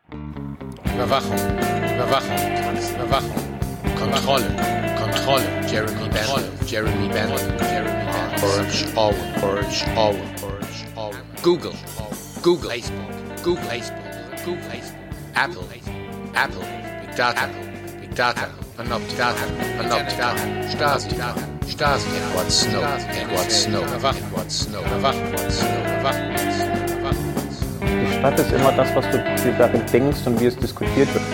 Überwachung, Kontrolle, Jeremy Bentham, Orwell, Google, Facebook, Apple, Big Data, Panoptica, Stasi, what's Snow, Überwachung. Die Stadt ist immer das, was du darin denkst und wie es diskutiert wird.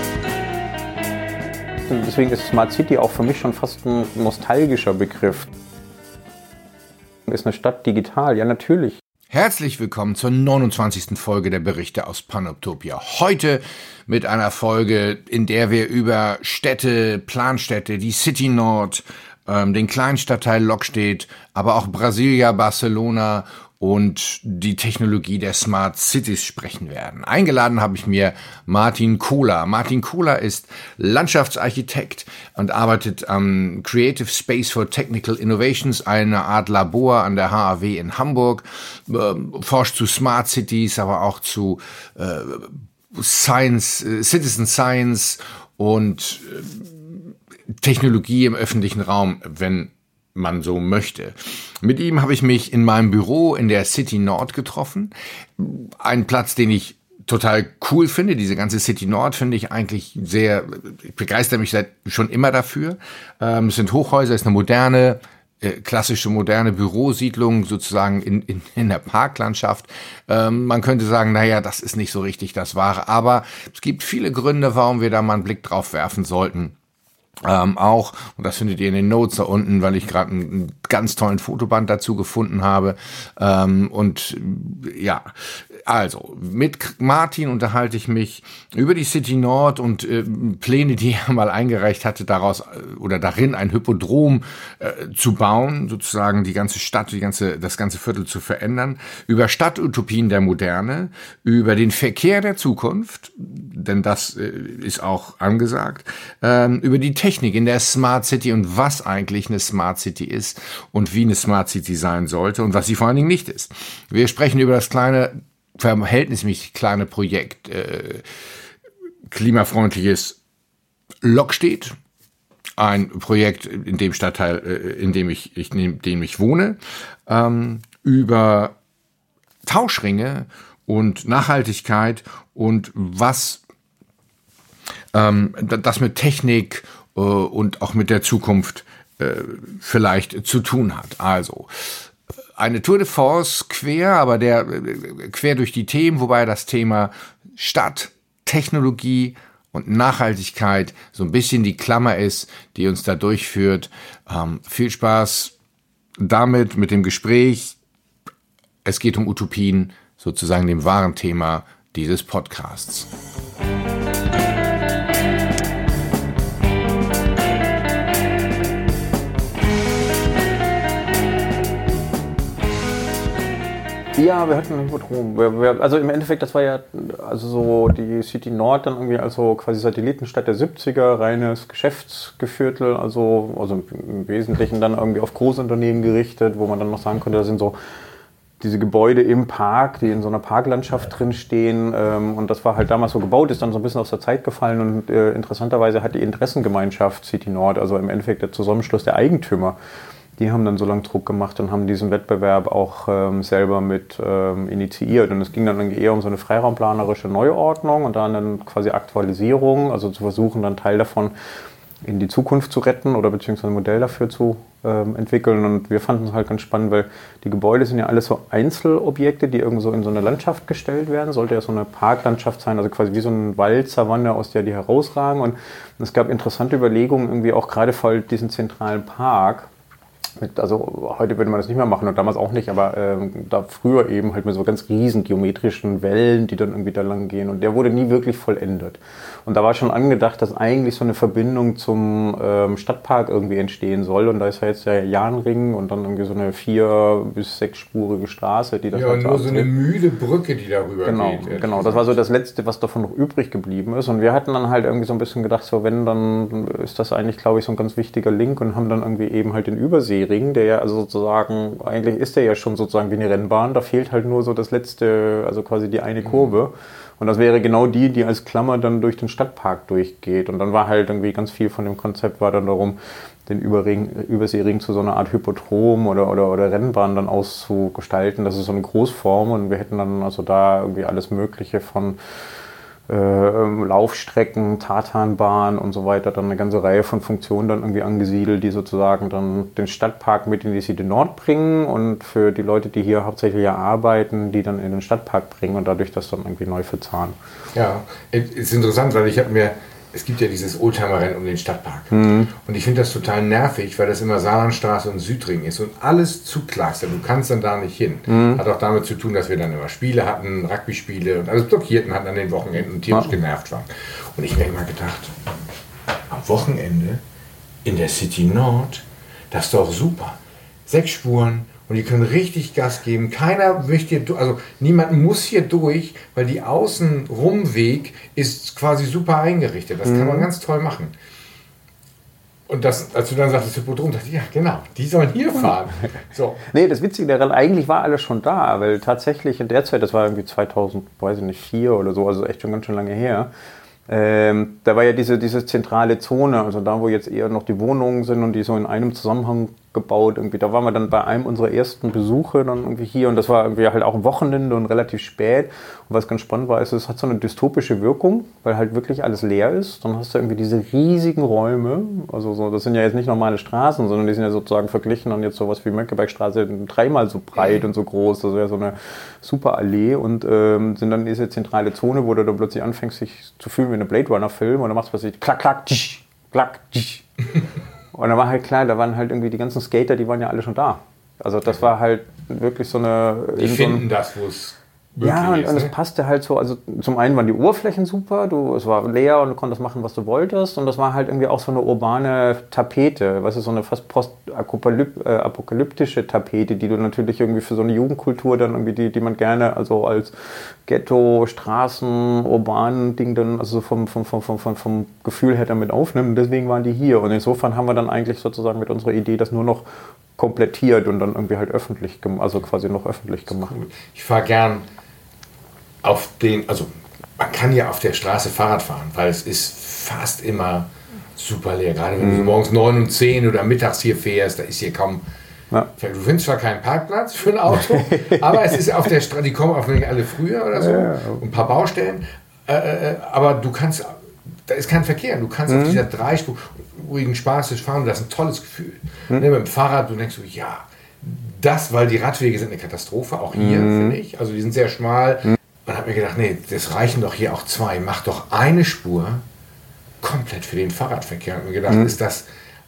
Und deswegen ist Smart City auch für mich schon fast ein nostalgischer Begriff. Ist eine Stadt digital? Ja, natürlich. Herzlich willkommen zur 29. Folge der Berichte aus Panoptopia. Heute mit einer Folge, in der wir über Städte, Planstädte, die City Nord, den kleinen Stadtteil Lokstedt, aber auch Brasilia, Barcelona und die Technologie der Smart Cities sprechen werden. Eingeladen habe ich mir Martin Kohler. Martin Kohler ist Landschaftsarchitekt und arbeitet am Creative Space for Technical Innovations, eine Art Labor an der HAW in Hamburg, forscht zu Smart Cities, aber auch zu Science, Citizen Science und Technologie im öffentlichen Raum, wenn man so möchte. Mit ihm habe ich mich in meinem Büro in der City Nord getroffen. Ein Platz, den ich total cool finde. Diese ganze City Nord finde ich eigentlich sehr, ich begeistere mich schon immer dafür. Es sind Hochhäuser, es ist eine moderne, klassische moderne Bürosiedlung sozusagen in der Parklandschaft. Man könnte sagen, naja, das ist nicht so richtig das Wahre. Aber es gibt viele Gründe, warum wir da mal einen Blick drauf werfen sollten. Auch, und das findet ihr in den Notes da unten, weil ich gerade einen ganz tollen Fotoband dazu gefunden habe. Und ja, also mit Martin unterhalte ich mich über die City Nord und Pläne, die er mal eingereicht hatte, daraus oder darin ein Hippodrom zu bauen, sozusagen die ganze Stadt, das ganze Viertel zu verändern, über Stadtutopien der Moderne, über den Verkehr der Zukunft, denn das ist auch angesagt, über die Technik in der Smart City und was eigentlich eine Smart City ist und wie eine Smart City sein sollte und was sie vor allen Dingen nicht ist. Wir sprechen über das verhältnismäßig kleine Projekt klimafreundliches Lokstedt, ein Projekt in dem Stadtteil, in dem ich wohne, über Tauschringe und Nachhaltigkeit und was das mit Technik und auch mit der Zukunft vielleicht zu tun hat. Also eine Tour de Force quer durch die Themen, wobei das Thema Stadt, Technologie und Nachhaltigkeit so ein bisschen die Klammer ist, die uns da durchführt. Viel Spaß damit, mit dem Gespräch. Es geht um Utopien, sozusagen dem wahren Thema dieses Podcasts. Ja, wir hatten ein Hippodrom. Also im Endeffekt, das war ja also so die City Nord dann irgendwie also quasi Satellitenstadt der 70er, reines Geschäftsgeviertel, also im Wesentlichen dann irgendwie auf Großunternehmen gerichtet, wo man dann noch sagen konnte, da sind so diese Gebäude im Park, die in so einer Parklandschaft drin stehen, und das war halt damals so gebaut, ist dann so ein bisschen aus der Zeit gefallen und interessanterweise hat die Interessengemeinschaft City Nord, also im Endeffekt der Zusammenschluss der Eigentümer, die haben dann so lange Druck gemacht und haben diesen Wettbewerb auch selber mit initiiert. Und es ging dann irgendwie eher um so eine freiraumplanerische Neuordnung und dann quasi Aktualisierung, also zu versuchen, dann Teil davon in die Zukunft zu retten oder beziehungsweise ein Modell dafür zu entwickeln. Und wir fanden es halt ganz spannend, weil die Gebäude sind ja alles so Einzelobjekte, die irgendwo so in so eine Landschaft gestellt werden. Sollte ja so eine Parklandschaft sein, also quasi wie so eine Waldsavanne, aus der die herausragen. Und es gab interessante Überlegungen, irgendwie auch gerade vor diesen zentralen Park, also heute würde man das nicht mehr machen und damals auch nicht, aber da früher eben halt mit so ganz riesen geometrischen Wellen, die dann irgendwie da lang gehen, und der wurde nie wirklich vollendet. Und da war schon angedacht, dass eigentlich so eine Verbindung zum Stadtpark irgendwie entstehen soll, und da ist ja jetzt der Jahnring und dann irgendwie so eine 4- bis 6-spurige Straße, die das ja, halt nur so eine müde Brücke, die darüber geht. Genau, das war so das Letzte, was davon noch übrig geblieben ist, und wir hatten dann halt irgendwie so ein bisschen gedacht, so wenn, dann ist das eigentlich, glaube ich, so ein ganz wichtiger Link, und haben dann irgendwie eben halt den Überseering, der ja also sozusagen, eigentlich ist der ja schon sozusagen wie eine Rennbahn, da fehlt halt nur so das letzte, also quasi die eine Kurve. Und das wäre genau die als Klammer dann durch den Stadtpark durchgeht. Und dann war halt irgendwie ganz viel von dem Konzept war dann darum, den Überseering zu so einer Art Hippodrom oder Rennbahn dann auszugestalten. Das ist so eine Großform und wir hätten dann also da irgendwie alles Mögliche von Laufstrecken, Tartanbahn und so weiter, dann eine ganze Reihe von Funktionen dann irgendwie angesiedelt, die sozusagen dann den Stadtpark mit in die City Nord bringen und für die Leute, die hier hauptsächlich ja arbeiten, die dann in den Stadtpark bringen und dadurch das dann irgendwie neu verzahnen. Ja, ist interessant, weil es gibt ja dieses Oldtimer-Rennen um den Stadtpark. Und ich finde das total nervig, weil das immer Saarlandstraße und Südring ist und alles zu Cluster. Du kannst dann da nicht hin. Hat auch damit zu tun, dass wir dann immer Spiele hatten, Rugby-Spiele und alles blockierten hatten an den Wochenenden und tierisch genervt waren. Und ich mir immer gedacht, am Wochenende in der City Nord, das ist doch super. 6 Spuren. Und die können richtig Gas geben. Keiner möchte hier, also niemand muss hier durch, weil die Außenrumweg ist quasi super eingerichtet. Das kann man ganz toll machen. Und das, als du dann sagtest, Hippodrom, dachte ich, ja genau, die sollen hier fahren. So. Nee, das Witzige daran, eigentlich war alles schon da, weil tatsächlich in der Zeit, das war irgendwie 2004 oder so, also echt schon ganz schön lange her, da war ja diese zentrale Zone, also da, wo jetzt eher noch die Wohnungen sind und die so in einem Zusammenhang gebaut irgendwie. Da waren wir dann bei einem unserer ersten Besuche dann irgendwie hier und das war irgendwie halt auch ein Wochenende und relativ spät. Und was ganz spannend war, ist, es hat so eine dystopische Wirkung, weil halt wirklich alles leer ist. Dann hast du irgendwie diese riesigen Räume, also so, das sind ja jetzt nicht normale Straßen, sondern die sind ja sozusagen verglichen an jetzt sowas wie Mönckebergstraße 3-mal so breit und so groß. Das wäre so eine super Allee und sind dann in diese zentrale Zone, wo du dann plötzlich anfängst, sich zu fühlen wie eine Blade Runner Film und dann machst du was, klack, klack, tsch, klack, tsch. Und da war halt klar, da waren halt irgendwie die ganzen Skater, die waren ja alle schon da. Also das war halt wirklich so eine... Die finden das, wo es möglich ja, ist. Und es passte halt so, also zum einen waren die Oberflächen super, es war leer und du konntest machen, was du wolltest. Und das war halt irgendwie auch so eine urbane Tapete, weißt du, so eine fast postapokalyptische Tapete, die du natürlich irgendwie für so eine Jugendkultur dann irgendwie, die man gerne also als Ghetto, Straßen, urbanen Ding dann, also vom Gefühl her damit aufnimmt. Und deswegen waren die hier. Und insofern haben wir dann eigentlich sozusagen mit unserer Idee das nur noch komplettiert und dann irgendwie halt öffentlich, also quasi noch öffentlich gemacht. Ich fahre gern also man kann ja auf der Straße Fahrrad fahren, weil es ist fast immer super leer. Gerade wenn du so morgens 9 und 10 oder mittags hier fährst, da ist hier kaum... Ja. Du findest zwar keinen Parkplatz für ein Auto, aber es ist auf der Straße, die kommen auch nicht alle früher oder so, ein paar Baustellen, aber da ist kein Verkehr. Du kannst auf dieser dreispurigen Straße fahren und das ist ein tolles Gefühl. Mit dem Fahrrad, du denkst so, ja, weil die Radwege sind eine Katastrophe, auch hier, finde ich. Also die sind sehr schmal. Man hat mir gedacht, nee, das reichen doch hier auch 2. Mach doch eine Spur komplett für den Fahrradverkehr. Und mir gedacht, ist das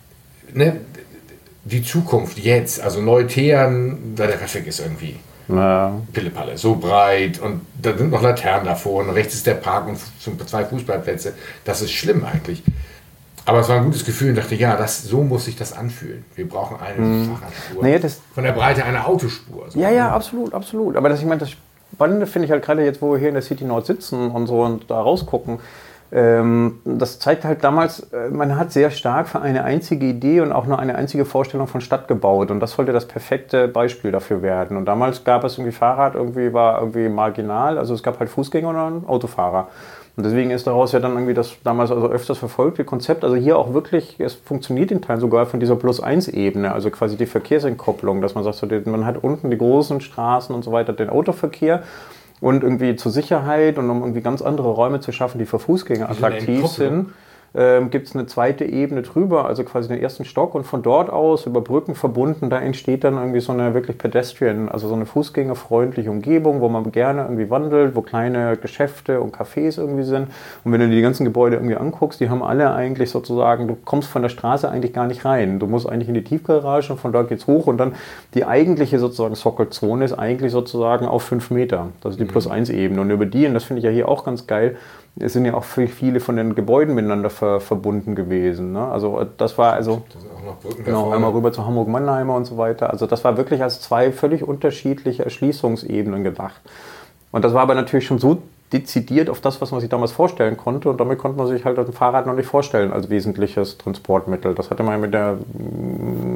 die Zukunft jetzt? Also Neutheeren, weil der Radweg ist irgendwie Pillepalle, so breit und da sind noch Laternen davor und rechts ist der Park und 2 Fußballplätze. Das ist schlimm eigentlich. Aber es war ein gutes Gefühl und dachte, ja, so muss sich das anfühlen. Wir brauchen eine Fahrradspur. Von der Breite einer Autospur. So. Ja, absolut, absolut. Aber das Spannende finde ich halt gerade jetzt, wo wir hier in der City Nord sitzen und so und da rausgucken, das zeigt halt damals, man hat sehr stark für eine einzige Idee und auch nur eine einzige Vorstellung von Stadt gebaut und das sollte das perfekte Beispiel dafür werden. Und damals gab es irgendwie Fahrrad, war irgendwie marginal, also es gab halt Fußgänger und dann Autofahrer. Und deswegen ist daraus ja dann irgendwie das damals also öfters verfolgte Konzept, also hier auch wirklich, es funktioniert in Teilen sogar von dieser Plus-1-Ebene, also quasi die Verkehrsentkopplung, dass man sagt, so, man hat unten die großen Straßen und so weiter, den Autoverkehr und irgendwie zur Sicherheit und um irgendwie ganz andere Räume zu schaffen, die für Fußgänger attraktiv sind. Gibt es eine zweite Ebene drüber, also quasi den ersten Stock und von dort aus über Brücken verbunden, da entsteht dann irgendwie so eine wirklich Pedestrian, also so eine fußgängerfreundliche Umgebung, wo man gerne irgendwie wandelt, wo kleine Geschäfte und Cafés irgendwie sind und wenn du dir die ganzen Gebäude irgendwie anguckst, die haben alle eigentlich sozusagen, du kommst von der Straße eigentlich gar nicht rein, du musst eigentlich in die Tiefgarage und von dort geht's hoch und dann die eigentliche sozusagen Sockelzone ist eigentlich sozusagen auf 5 Meter, das ist die Plus-1-Ebene und über die, und das finde ich ja hier auch ganz geil, es sind ja auch viele von den Gebäuden miteinander verbunden gewesen. Ne? Also das war also genau, einmal rüber zu Hamburg-Mannheimer und so weiter. Also das war wirklich als 2 völlig unterschiedliche Erschließungsebenen gedacht. Und das war aber natürlich schon so dezidiert auf das, was man sich damals vorstellen konnte. Und damit konnte man sich halt ein Fahrrad noch nicht vorstellen als wesentliches Transportmittel. Das hatte man mit der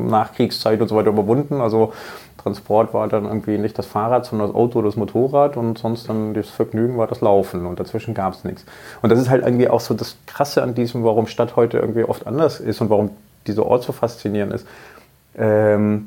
Nachkriegszeit und so weiter überwunden. Also Transport war dann irgendwie nicht das Fahrrad, sondern das Auto, das Motorrad und sonst dann das Vergnügen war das Laufen und dazwischen gab es nichts. Und das ist halt irgendwie auch so das Krasse an diesem, warum Stadt heute irgendwie oft anders ist und warum dieser Ort so faszinierend ist. Wenn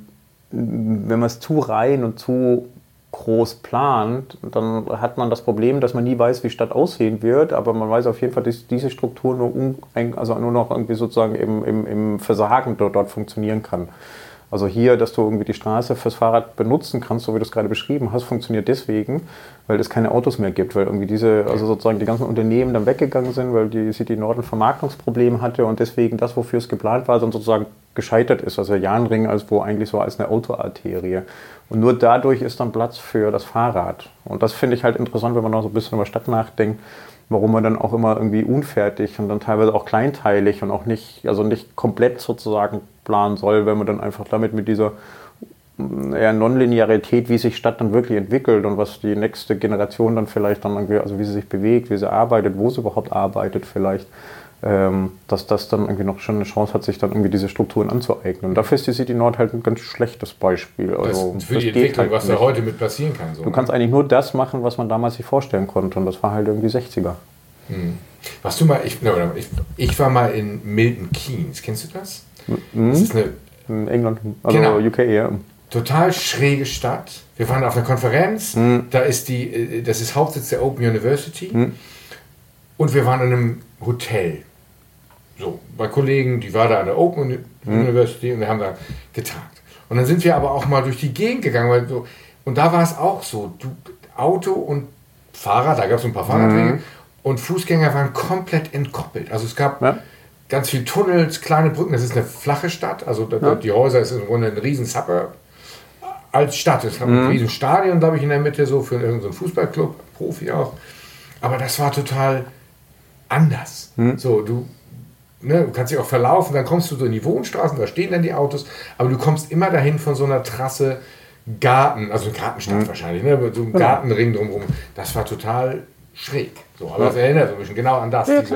man es zu rein und zu groß plant, dann hat man das Problem, dass man nie weiß, wie Stadt aussehen wird, aber man weiß auf jeden Fall, dass diese Struktur nur noch irgendwie sozusagen im Versagen dort funktionieren kann. Also hier, dass du irgendwie die Straße fürs Fahrrad benutzen kannst, so wie du es gerade beschrieben hast, funktioniert deswegen, weil es keine Autos mehr gibt, weil irgendwie also sozusagen die ganzen Unternehmen dann weggegangen sind, weil die City Nord ein Vermarktungsproblem hatte und deswegen das, wofür es geplant war, dann sozusagen gescheitert ist. Also der Jahnring als eigentlich so als eine Autoarterie. Und nur dadurch ist dann Platz für das Fahrrad. Und das finde ich halt interessant, wenn man noch so ein bisschen über Stadt nachdenkt, warum man dann auch immer irgendwie unfertig und dann teilweise auch kleinteilig und auch nicht komplett sozusagen planen soll, wenn man dann einfach damit mit dieser Nonlinearität, wie sich Stadt dann wirklich entwickelt und was die nächste Generation dann vielleicht dann irgendwie, also wie sie sich bewegt, wie sie arbeitet, wo sie überhaupt arbeitet vielleicht, dass das dann irgendwie noch schon eine Chance hat, sich dann irgendwie diese Strukturen anzueignen. Und dafür ist die City Nord halt ein ganz schlechtes Beispiel. Also, das für die Entwicklung, was da heute mit passieren kann. So, du kannst eigentlich nur das machen, was man damals sich vorstellen konnte. Und das war halt irgendwie 60er. Warst du mal, ich war mal in Milton Keynes, kennst du das? Das ist in England, also genau. UK, ja. Total schräge Stadt. Wir waren auf einer Konferenz, da ist das ist Hauptsitz der Open University und wir waren in einem Hotel. So, bei Kollegen, die war da an der Open University und wir haben da getagt. Und dann sind wir aber auch mal durch die Gegend gegangen, und da war es auch so, Auto und Fahrrad, da gab es ein paar Fahrradwege und Fußgänger waren komplett entkoppelt. Also es gab ganz viele Tunnels, kleine Brücken, das ist eine flache Stadt, also die Häuser ist im Grunde ein riesen Suburb als Stadt. Es gab ein riesen Stadion, glaube ich, in der Mitte, so für irgendeinen Fußballclub, Profi auch. Aber das war total anders. So, du kannst dich auch verlaufen, dann kommst du so in die Wohnstraßen, da stehen dann die Autos, aber du kommst immer dahin von so einer Trasse Garten, also eine Gartenstadt wahrscheinlich, mit so einem Gartenring drumherum. Das war total schräg. So, aber das erinnert so ein bisschen genau an das, diese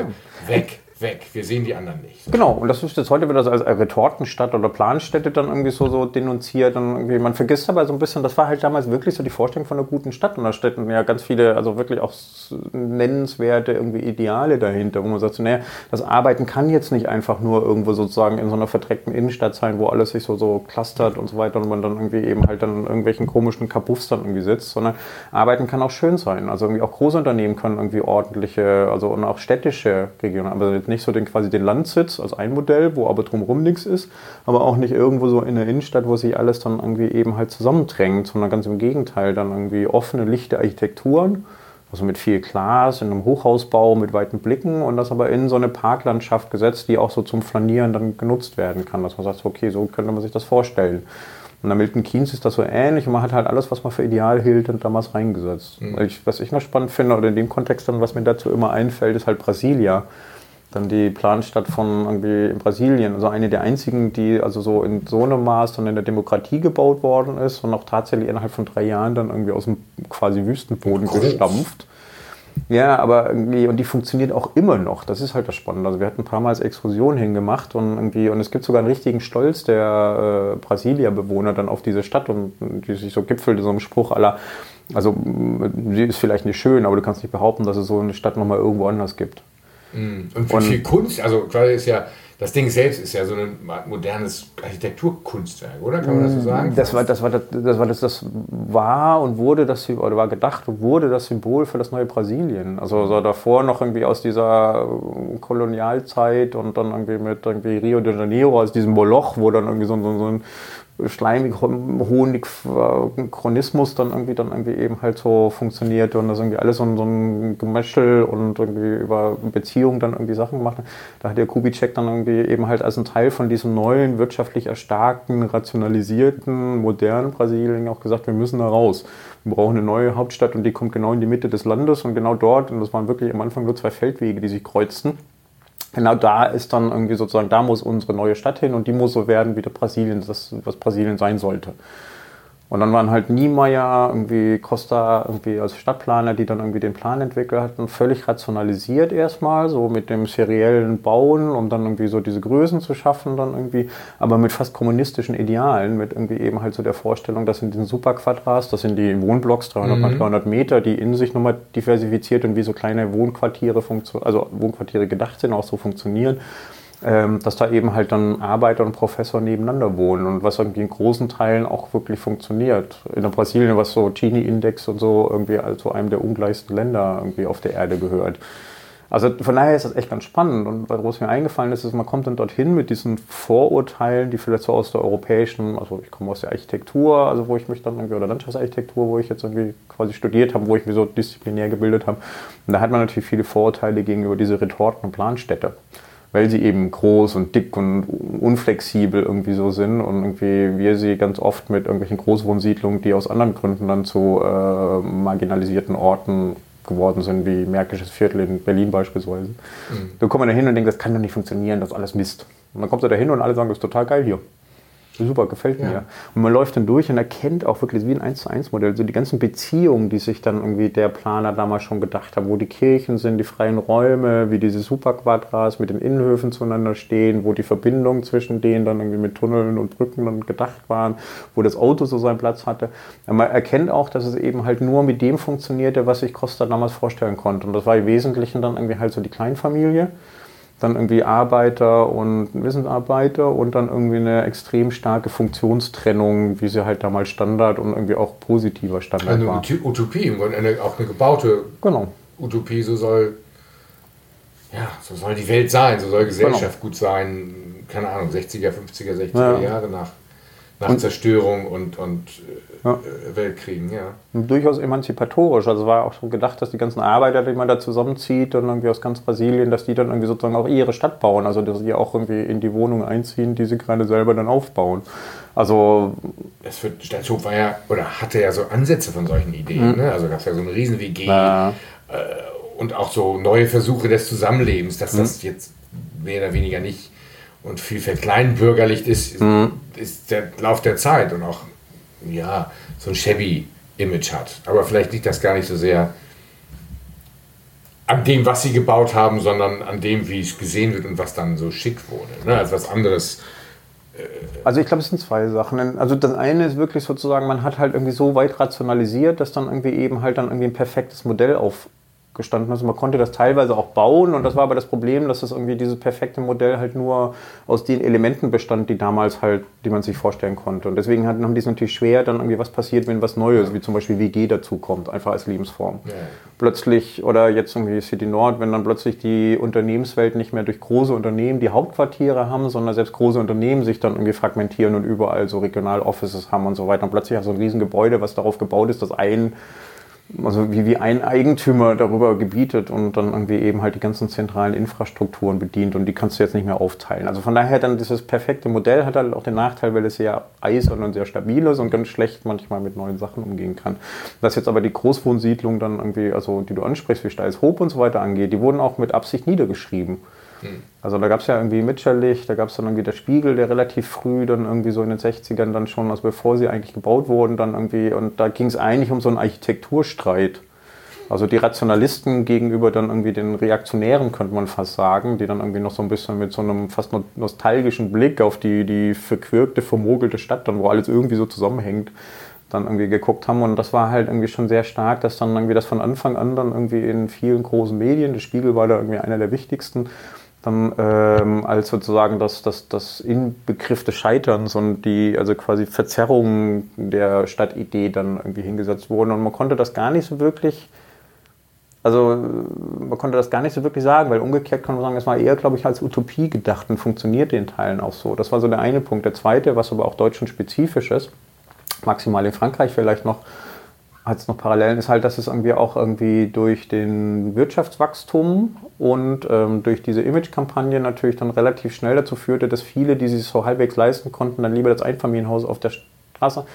weg, wir sehen die anderen nicht. So. Genau, und das ist jetzt heute wieder so als Retortenstadt oder Planstätte dann irgendwie so denunziert. Und irgendwie, man vergisst aber so ein bisschen, das war halt damals wirklich so die Vorstellung von einer guten Stadt. Und da stecken ja ganz viele, also wirklich auch nennenswerte irgendwie Ideale dahinter, wo man sagt, so, naja, das Arbeiten kann jetzt nicht einfach nur irgendwo sozusagen in so einer verdreckten Innenstadt sein, wo alles sich so clustert und so weiter und man dann irgendwie eben halt dann in irgendwelchen komischen Kabuffs dann irgendwie sitzt, sondern Arbeiten kann auch schön sein. Also irgendwie auch Großunternehmen können irgendwie ordentliche, also und auch städtische Regionen, aber nicht so quasi den Landsitz als ein Modell, wo aber drumherum nichts ist, aber auch nicht irgendwo so in der Innenstadt, wo sich alles dann irgendwie eben halt zusammendrängt, sondern ganz im Gegenteil, dann irgendwie offene, lichte Architekturen, also mit viel Glas, in einem Hochhausbau mit weiten Blicken und das aber in so eine Parklandschaft gesetzt, die auch so zum Flanieren dann genutzt werden kann, dass man sagt, okay, so könnte man sich das vorstellen. Und an Milton Keynes ist das so ähnlich und man hat halt alles, was man für ideal hielt, und damals reingesetzt. Was ich noch spannend finde, oder in dem Kontext dann, was mir dazu immer einfällt, ist halt Brasilia. Dann die Planstadt von irgendwie in Brasilien, also eine der einzigen, die also so in so einem Maß dann in der Demokratie gebaut worden ist und auch tatsächlich innerhalb von 3 Jahren dann irgendwie aus dem quasi Wüstenboden gestampft. Ja, aber irgendwie, und die funktioniert auch immer noch. Das ist halt das Spannende. Also wir hatten ein paar Mal als Exkursion hingemacht und es gibt sogar einen richtigen Stolz der Brasilia-Bewohner dann auf diese Stadt und die sich so gipfelt in so einem Spruch aller, also sie ist vielleicht nicht schön, aber du kannst nicht behaupten, dass es so eine Stadt nochmal irgendwo anders gibt. Und viel Kunst, also quasi ist ja, das Ding selbst ist ja so ein modernes Architekturkunstwerk, oder? Kann man das so sagen? Das war und wurde das, oder war gedacht und wurde das Symbol für das neue Brasilien. Also davor noch irgendwie aus dieser Kolonialzeit und dann irgendwie mit irgendwie Rio de Janeiro, aus diesem Moloch, wo dann irgendwie so ein schleimig Honigchronismus dann irgendwie eben halt so funktioniert und das irgendwie alles so ein Gemäschel und irgendwie über Beziehungen dann irgendwie Sachen gemacht. Da hat der Kubitschek dann irgendwie eben halt als ein Teil von diesem neuen, wirtschaftlich erstarkten, rationalisierten, modernen Brasilien auch gesagt, wir müssen da raus. Wir brauchen eine neue Hauptstadt und die kommt genau in die Mitte des Landes und genau dort, und das waren wirklich am Anfang nur 2 Feldwege, die sich kreuzten. Genau da ist dann irgendwie sozusagen, da muss unsere neue Stadt hin und die muss so werden wie das Brasilien, was Brasilien sein sollte. Und dann waren halt Niemeyer, irgendwie Costa irgendwie als Stadtplaner, die dann irgendwie den Plan entwickelt hatten, völlig rationalisiert erstmal, so mit dem seriellen Bauen, um dann irgendwie so diese Größen zu schaffen dann irgendwie, aber mit fast kommunistischen Idealen, mit irgendwie eben halt so der Vorstellung, das sind die Superquadras, das sind die Wohnblocks, 300 mal 300 Meter, die in sich nochmal diversifiziert und wie so kleine Wohnquartiere also Wohnquartiere gedacht sind, auch so funktionieren. Dass da eben halt dann Arbeiter und Professor nebeneinander wohnen und was irgendwie in großen Teilen auch wirklich funktioniert. In der Brasilien, was so Gini-Index und so irgendwie zu einem der ungleichsten Länder irgendwie auf der Erde gehört. Also von daher ist das echt ganz spannend und was mir eingefallen ist, man kommt dann dorthin mit diesen Vorurteilen, die vielleicht so aus der europäischen, also ich komme aus der Architektur, also wo ich mich dann irgendwie, oder Landschaftsarchitektur, wo ich jetzt irgendwie quasi studiert habe, wo ich mich so disziplinär gebildet habe. Und da hat man natürlich viele Vorurteile gegenüber diese Retorten- und Planstädte, weil sie eben groß und dick und unflexibel irgendwie so sind und irgendwie wir sie ganz oft mit irgendwelchen Großwohnsiedlungen, die aus anderen Gründen dann zu marginalisierten Orten geworden sind, wie Märkisches Viertel in Berlin beispielsweise. Da kommt man da hin und denkt, das kann doch nicht funktionieren, das ist alles Mist. Und dann kommt er da hin und alle sagen, das ist total geil hier. Super, gefällt mir. Und man läuft dann durch und erkennt auch wirklich wie ein 1:1 Modell, so die ganzen Beziehungen, die sich dann irgendwie der Planer damals schon gedacht hat, wo die Kirchen sind, die freien Räume, wie diese Superquadras mit den Innenhöfen zueinander stehen, wo die Verbindungen zwischen denen dann irgendwie mit Tunneln und Brücken dann gedacht waren, wo das Auto so seinen Platz hatte. Man erkennt auch, dass es eben halt nur mit dem funktionierte, was sich Costa damals vorstellen konnte. Und das war im Wesentlichen dann irgendwie halt so die Kleinfamilie. Dann irgendwie Arbeiter und Wissensarbeiter und dann irgendwie eine extrem starke Funktionstrennung, wie sie halt damals Standard und irgendwie auch positiver Standard war. Eine Utopie, im Grunde auch eine gebaute Utopie, so soll die Welt sein, so soll Gesellschaft gut sein, keine Ahnung, 60er, 50er, 60er Jahre nach Zerstörung und Weltkriegen, ja. Und durchaus emanzipatorisch. Also war auch so gedacht, dass die ganzen Arbeiter, die man da zusammenzieht und irgendwie aus ganz Brasilien, dass die dann irgendwie sozusagen auch ihre Stadt bauen. Also dass die auch irgendwie in die Wohnung einziehen, die sie gerade selber dann aufbauen. Also das für Stadthof war ja, oder hatte ja so Ansätze von solchen Ideen. Ne? Also gab es ja so eine Riesen-WG und auch so neue Versuche des Zusammenlebens, dass das jetzt mehr oder weniger nicht und viel verkleinbürgerlicht ist der Lauf der Zeit und auch so ein Shabby-Image hat. Aber vielleicht liegt das gar nicht so sehr an dem, was sie gebaut haben, sondern an dem, wie es gesehen wird und was dann so schick wurde. Ne? Also was anderes. Also ich glaube, es sind zwei Sachen. Also das eine ist wirklich sozusagen, man hat halt irgendwie so weit rationalisiert, dass dann irgendwie eben halt dann irgendwie ein perfektes Modell aufgestanden ist. Man konnte das teilweise auch bauen und das war aber das Problem, dass das irgendwie dieses perfekte Modell halt nur aus den Elementen bestand, die damals halt, die man sich vorstellen konnte. Und deswegen haben die es natürlich schwer, dann irgendwie was passiert, wenn was Neues, wie zum Beispiel WG dazukommt, einfach als Lebensform. Ja. Plötzlich, oder jetzt irgendwie City Nord, wenn dann plötzlich die Unternehmenswelt nicht mehr durch große Unternehmen die Hauptquartiere haben, sondern selbst große Unternehmen sich dann irgendwie fragmentieren und überall so Regional-Offices haben und so weiter. Und plötzlich hat so ein Riesengebäude, was darauf gebaut ist, dass also wie ein Eigentümer darüber gebietet und dann irgendwie eben halt die ganzen zentralen Infrastrukturen bedient und die kannst du jetzt nicht mehr aufteilen. Also von daher dann dieses perfekte Modell hat halt auch den Nachteil, weil es sehr eisern und sehr stabil ist und ganz schlecht manchmal mit neuen Sachen umgehen kann. Was jetzt aber die Großwohnsiedlung dann irgendwie, also die du ansprichst, wie Steilshoop und so weiter angeht, die wurden auch mit Absicht niedergeschrieben. Also da gab es ja irgendwie Mitscherlich, da gab es dann irgendwie der Spiegel, der relativ früh dann irgendwie so in den 60ern dann schon, also bevor sie eigentlich gebaut wurden, dann irgendwie, und da ging es eigentlich um so einen Architekturstreit. Also die Rationalisten gegenüber dann irgendwie den Reaktionären, könnte man fast sagen, die dann irgendwie noch so ein bisschen mit so einem fast nostalgischen Blick auf die verquirkte, vermogelte Stadt, dann wo alles irgendwie so zusammenhängt, dann irgendwie geguckt haben. Und das war halt irgendwie schon sehr stark, dass dann irgendwie das von Anfang an dann irgendwie in vielen großen Medien, der Spiegel war da irgendwie einer der wichtigsten, dann als sozusagen das Inbegriff des Scheiterns und die also quasi Verzerrung der Stadtidee dann irgendwie hingesetzt wurden. Und man konnte das gar nicht so wirklich sagen, weil umgekehrt kann man sagen, es war eher, glaube ich, als Utopie gedacht und funktioniert in Teilen auch so. Das war so der eine Punkt. Der zweite, was aber auch deutschland spezifisch ist, maximal in Frankreich vielleicht noch, hat es noch Parallelen, ist halt, dass es irgendwie durch den Wirtschaftswachstum und durch diese Imagekampagne natürlich dann relativ schnell dazu führte, dass viele, die sich so halbwegs leisten konnten, dann lieber das Einfamilienhaus auf der Straße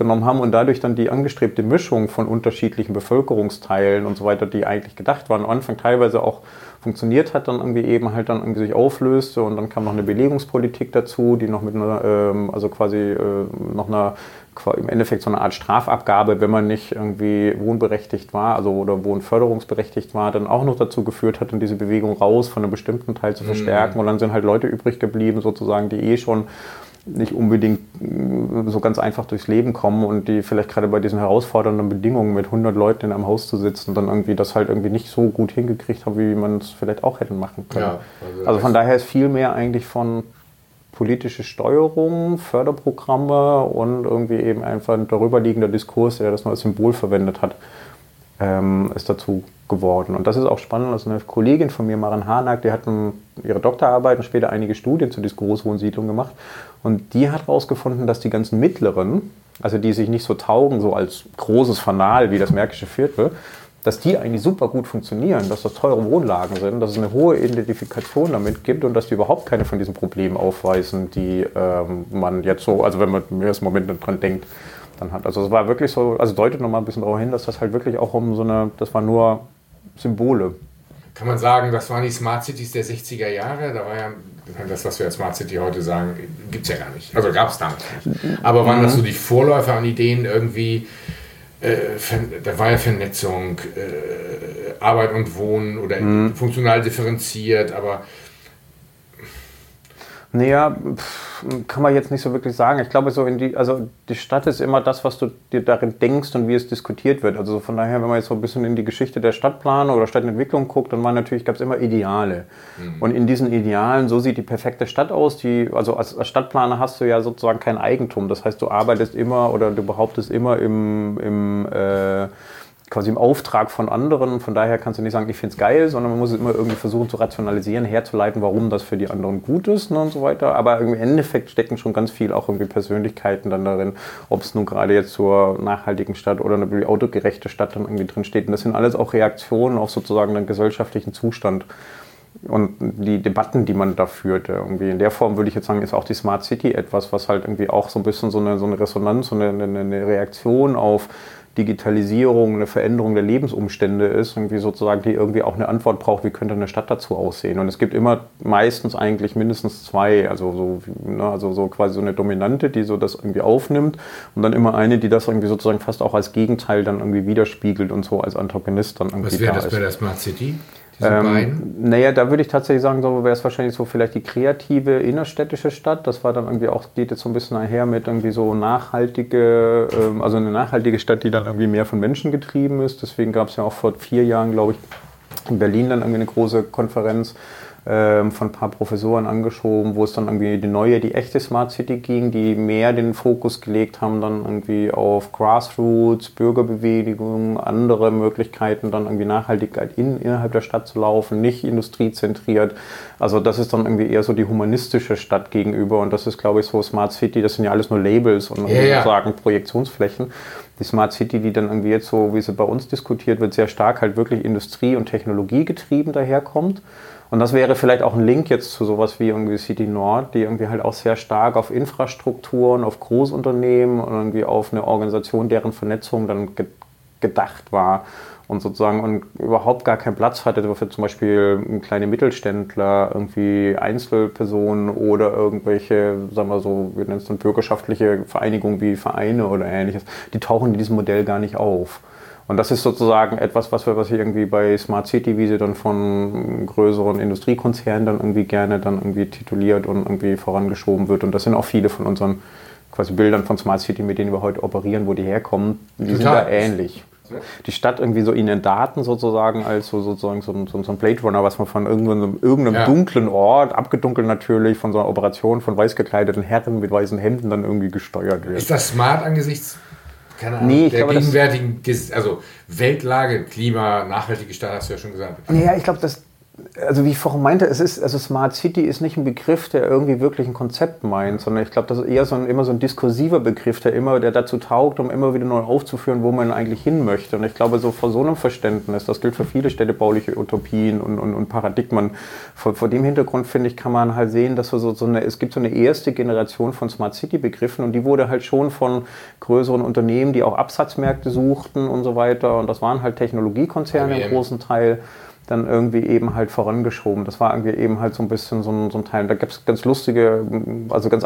genommen haben und dadurch dann die angestrebte Mischung von unterschiedlichen Bevölkerungsteilen und so weiter, die eigentlich gedacht waren, am Anfang teilweise auch funktioniert hat, dann irgendwie eben halt dann irgendwie sich auflöste und dann kam noch eine Belegungspolitik dazu, die noch mit einer, also quasi noch einer, im Endeffekt so eine Art Strafabgabe, wenn man nicht irgendwie wohnberechtigt war, also oder wohnförderungsberechtigt war, dann auch noch dazu geführt hat, dann diese Bewegung raus von einem bestimmten Teil zu verstärken und dann sind halt Leute übrig geblieben, sozusagen, die schon nicht unbedingt so ganz einfach durchs Leben kommen und die vielleicht gerade bei diesen herausfordernden Bedingungen mit 100 Leuten in einem Haus zu sitzen, dann irgendwie das halt irgendwie nicht so gut hingekriegt haben, wie man es vielleicht auch hätte machen können. Ja, also von daher ist viel mehr eigentlich von politische Steuerung, Förderprogramme und irgendwie eben einfach ein darüberliegender Diskurs, der das nur als Symbol verwendet hat, ist dazu geworden. Und das ist auch spannend, dass eine Kollegin von mir, Maren Harnack, die hat ihre Doktorarbeit und später einige Studien zu dieser Großwohnsiedlung gemacht. Und die hat herausgefunden, dass die ganzen Mittleren, also die sich nicht so taugen, so als großes Fanal wie das Märkische Viertel, dass die eigentlich super gut funktionieren, dass das teure Wohnlagen sind, dass es eine hohe Identifikation damit gibt und dass die überhaupt keine von diesen Problemen aufweisen, die man jetzt so, also wenn man im ersten Moment dran denkt, dann hat. Also es war wirklich so, also deutet nochmal ein bisschen darauf hin, dass das halt wirklich auch um so eine, das war nur Symbole. Kann man sagen, das waren die Smart Cities der 60er Jahre? Da war ja das, was wir als Smart City heute sagen, gibt es ja gar nicht. Also gab es damals nicht. Aber waren das so die Vorläufer an Ideen irgendwie, da war ja Vernetzung, Arbeit und Wohnen oder funktional differenziert, aber... Naja, kann man jetzt nicht so wirklich sagen. Ich glaube, so also die Stadt ist immer das, was du dir darin denkst und wie es diskutiert wird. Also von daher, wenn man jetzt so ein bisschen in die Geschichte der Stadtplanung oder Stadtentwicklung guckt, dann gab es immer Ideale. Und in diesen Idealen, so sieht die perfekte Stadt aus. Also als Stadtplaner hast du ja sozusagen kein Eigentum. Das heißt, du arbeitest immer oder du behauptest immer quasi im Auftrag von anderen. Von daher kannst du nicht sagen, ich finde es geil, sondern man muss es immer irgendwie versuchen zu rationalisieren, herzuleiten, warum das für die anderen gut ist, ne, und so weiter. Aber im Endeffekt stecken schon ganz viel auch irgendwie Persönlichkeiten dann darin, ob es nun gerade jetzt zur nachhaltigen Stadt oder eine autogerechte Stadt dann irgendwie drin steht. Und das sind alles auch Reaktionen auf sozusagen den gesellschaftlichen Zustand. Und die Debatten, die man da führt, irgendwie in der Form würde ich jetzt sagen, ist auch die Smart City etwas, was halt irgendwie auch so ein bisschen so eine Resonanz, so eine Reaktion auf Digitalisierung, eine Veränderung der Lebensumstände ist, irgendwie sozusagen, die irgendwie auch eine Antwort braucht, wie könnte eine Stadt dazu aussehen. Und es gibt immer meistens eigentlich mindestens zwei, also so quasi so eine Dominante, die so das irgendwie aufnimmt und dann immer eine, die das irgendwie sozusagen fast auch als Gegenteil dann irgendwie widerspiegelt und so als Antagonist dann irgendwie. Was wäre das bei der Smart City? Naja, da würde ich tatsächlich sagen, so wäre es wahrscheinlich so vielleicht die kreative innerstädtische Stadt. Das war dann irgendwie auch, geht jetzt so ein bisschen einher mit irgendwie so nachhaltige, also eine nachhaltige Stadt, die dann irgendwie mehr von Menschen getrieben ist. Deswegen gab es ja auch vor 4 Jahren, glaube ich, in Berlin dann irgendwie eine große Konferenz von ein paar Professoren angeschoben, wo es dann irgendwie die echte Smart City ging, die mehr den Fokus gelegt haben dann irgendwie auf Grassroots, Bürgerbewegung, andere Möglichkeiten dann irgendwie Nachhaltigkeit innerhalb der Stadt zu laufen, nicht industriezentriert. Also das ist dann irgendwie eher so die humanistische Stadt gegenüber und das ist, glaube ich, so Smart City, das sind ja alles nur Labels und sozusagen Projektionsflächen. Die Smart City, die dann irgendwie jetzt so, wie sie bei uns diskutiert wird, sehr stark halt wirklich Industrie- und Technologie getrieben daherkommt. Und das wäre vielleicht auch ein Link jetzt zu sowas wie irgendwie City Nord, die irgendwie halt auch sehr stark auf Infrastrukturen, auf Großunternehmen und irgendwie auf eine Organisation, deren Vernetzung dann gedacht war und sozusagen und überhaupt gar keinen Platz hatte für zum Beispiel kleine Mittelständler, irgendwie Einzelpersonen oder irgendwelche, sagen wir so, wir nennen es dann bürgerschaftliche Vereinigungen wie Vereine oder ähnliches. Die tauchen in diesem Modell gar nicht auf. Und das ist sozusagen etwas, was irgendwie bei Smart City, wie sie dann von größeren Industriekonzernen dann irgendwie gerne dann irgendwie tituliert und irgendwie vorangeschoben wird. Und das sind auch viele von unseren quasi Bildern von Smart City, mit denen wir heute operieren, wo die herkommen, die sind da ähnlich. Die Stadt irgendwie so in den Daten sozusagen als sozusagen so ein Blade Runner, was man von irgendeinem dunklen Ort, abgedunkelt natürlich, von so einer Operation von weiß gekleideten Herren mit weißen Hemden dann irgendwie gesteuert wird. Ist das smart angesichts der gegenwärtigen, also Weltlage, Klima, nachhaltige Stadt, hast du ja schon gesagt. Ja, ich glaube, Also wie ich vorhin meinte, also Smart City ist nicht ein Begriff, der irgendwie wirklich ein Konzept meint, sondern ich glaube, das ist eher immer so ein diskursiver Begriff, der dazu taugt, um immer wieder neu aufzuführen, wo man eigentlich hin möchte. Und ich glaube, so vor so einem Verständnis, das gilt für viele städtebauliche Utopien und Paradigmen, vor dem Hintergrund, finde ich, kann man halt sehen, dass es gibt so eine erste Generation von Smart City Begriffen und die wurde halt schon von größeren Unternehmen, die auch Absatzmärkte suchten und so weiter, und das waren halt Technologiekonzerne im großen Teil, dann irgendwie eben halt vorangeschoben. Das war irgendwie eben halt so ein bisschen so ein Teil. Da gibt es ganz lustige, also ganz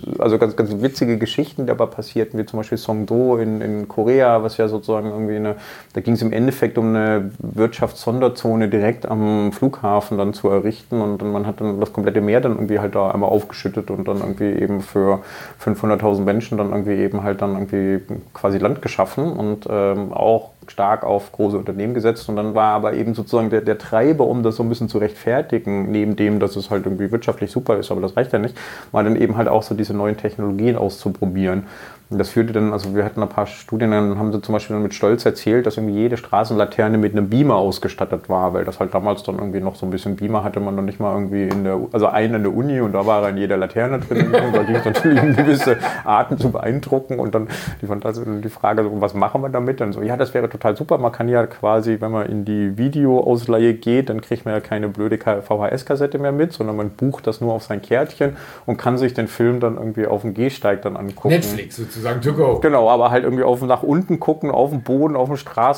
witzige Geschichten, die aber passierten, wie zum Beispiel Songdo in Korea, was ja sozusagen irgendwie da ging es im Endeffekt um eine Wirtschaftssonderzone direkt am Flughafen dann zu errichten, und man hat dann das komplette Meer dann irgendwie halt da einmal aufgeschüttet und dann irgendwie eben für 500.000 Menschen dann irgendwie eben halt dann irgendwie quasi Land geschaffen und auch stark auf große Unternehmen gesetzt, und dann war aber eben sozusagen der Treiber, um das so ein bisschen zu rechtfertigen, neben dem, dass es halt irgendwie wirtschaftlich super ist, aber das reicht ja nicht, war dann eben halt auch so diese neuen Technologien auszuprobieren. Und das führte dann, also wir hatten ein paar Studien, dann haben sie zum Beispiel mit Stolz erzählt, dass irgendwie jede Straßenlaterne mit einem Beamer ausgestattet war, weil das halt damals dann irgendwie noch so ein bisschen Beamer hatte man noch nicht mal irgendwie also einen in der Uni, und da war in jeder Laterne drin, und da ging es natürlich um gewisse Arten zu beeindrucken, und dann die Frage, so, was machen wir damit? Dann so, ja, das wäre total super, man kann ja quasi, wenn man in die Videoausleihe geht, dann kriegt man ja keine blöde VHS-Kassette mehr mit, sondern man bucht das nur auf sein Kärtchen und kann sich den Film dann irgendwie auf dem Gehsteig dann angucken. Netflix sozusagen, to go. Genau, aber halt irgendwie nach unten gucken, auf dem Boden, auf dem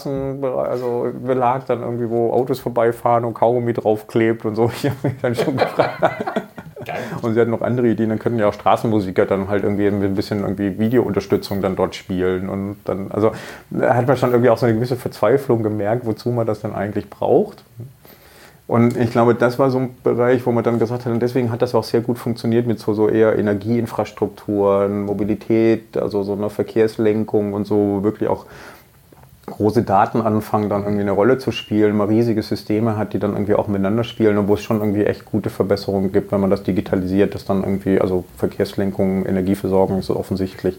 Straßenbelag dann irgendwie, wo Autos vorbeifahren und Kaugummi draufklebt und so. Ich habe mich dann schon gefragt. Geil. Und sie hatten noch andere Ideen, dann könnten ja auch Straßenmusiker dann halt irgendwie ein bisschen irgendwie Videounterstützung dann dort spielen, und dann, also da hat man schon irgendwie auch so eine gewisse Verzweiflung gemerkt, wozu man das dann eigentlich braucht. Und ich glaube, das war so ein Bereich, wo man dann gesagt hat, und deswegen hat das auch sehr gut funktioniert mit so eher Energieinfrastrukturen, Mobilität, also so einer Verkehrslenkung und so, wirklich auch große Daten anfangen, dann irgendwie eine Rolle zu spielen, man riesige Systeme hat, die dann irgendwie auch miteinander spielen, und wo es schon irgendwie echt gute Verbesserungen gibt, wenn man das digitalisiert, das dann irgendwie, also Verkehrslenkung, Energieversorgung ist so offensichtlich.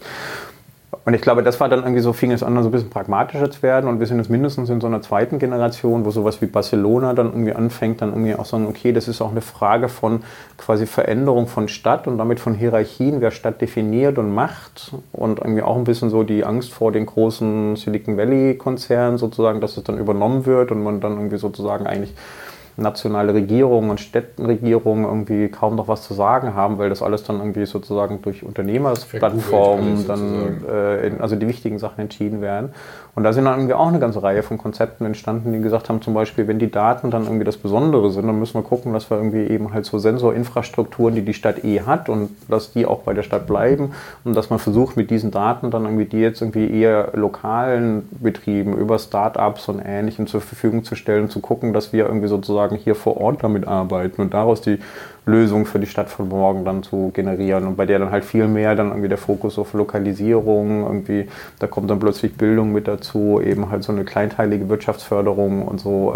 Und ich glaube, das war dann irgendwie so, fing es an, so ein bisschen pragmatischer zu werden, und wir sind jetzt mindestens in so einer zweiten Generation, wo sowas wie Barcelona dann irgendwie anfängt, dann irgendwie auch sagen, okay, das ist auch eine Frage von quasi Veränderung von Stadt und damit von Hierarchien, wer Stadt definiert und macht, und irgendwie auch ein bisschen so die Angst vor den großen Silicon Valley Konzernen sozusagen, dass es dann übernommen wird und man dann irgendwie sozusagen eigentlich nationale Regierungen und Städtenregierungen irgendwie kaum noch was zu sagen haben, weil das alles dann irgendwie sozusagen durch Unternehmersplattformen dann also die wichtigen Sachen entschieden werden. Und da sind dann irgendwie auch eine ganze Reihe von Konzepten entstanden, die gesagt haben, zum Beispiel, wenn die Daten dann irgendwie das Besondere sind, dann müssen wir gucken, dass wir irgendwie eben halt so Sensorinfrastrukturen, die die Stadt hat, und dass die auch bei der Stadt bleiben, und dass man versucht, mit diesen Daten dann irgendwie die jetzt irgendwie eher lokalen Betrieben über Start-ups und Ähnlichem zur Verfügung zu stellen, zu gucken, dass wir irgendwie sozusagen hier vor Ort damit arbeiten und daraus die Lösung für die Stadt von morgen dann zu generieren, und bei der dann halt viel mehr dann irgendwie der Fokus auf Lokalisierung, irgendwie, da kommt dann plötzlich Bildung mit dazu, eben halt so eine kleinteilige Wirtschaftsförderung und so,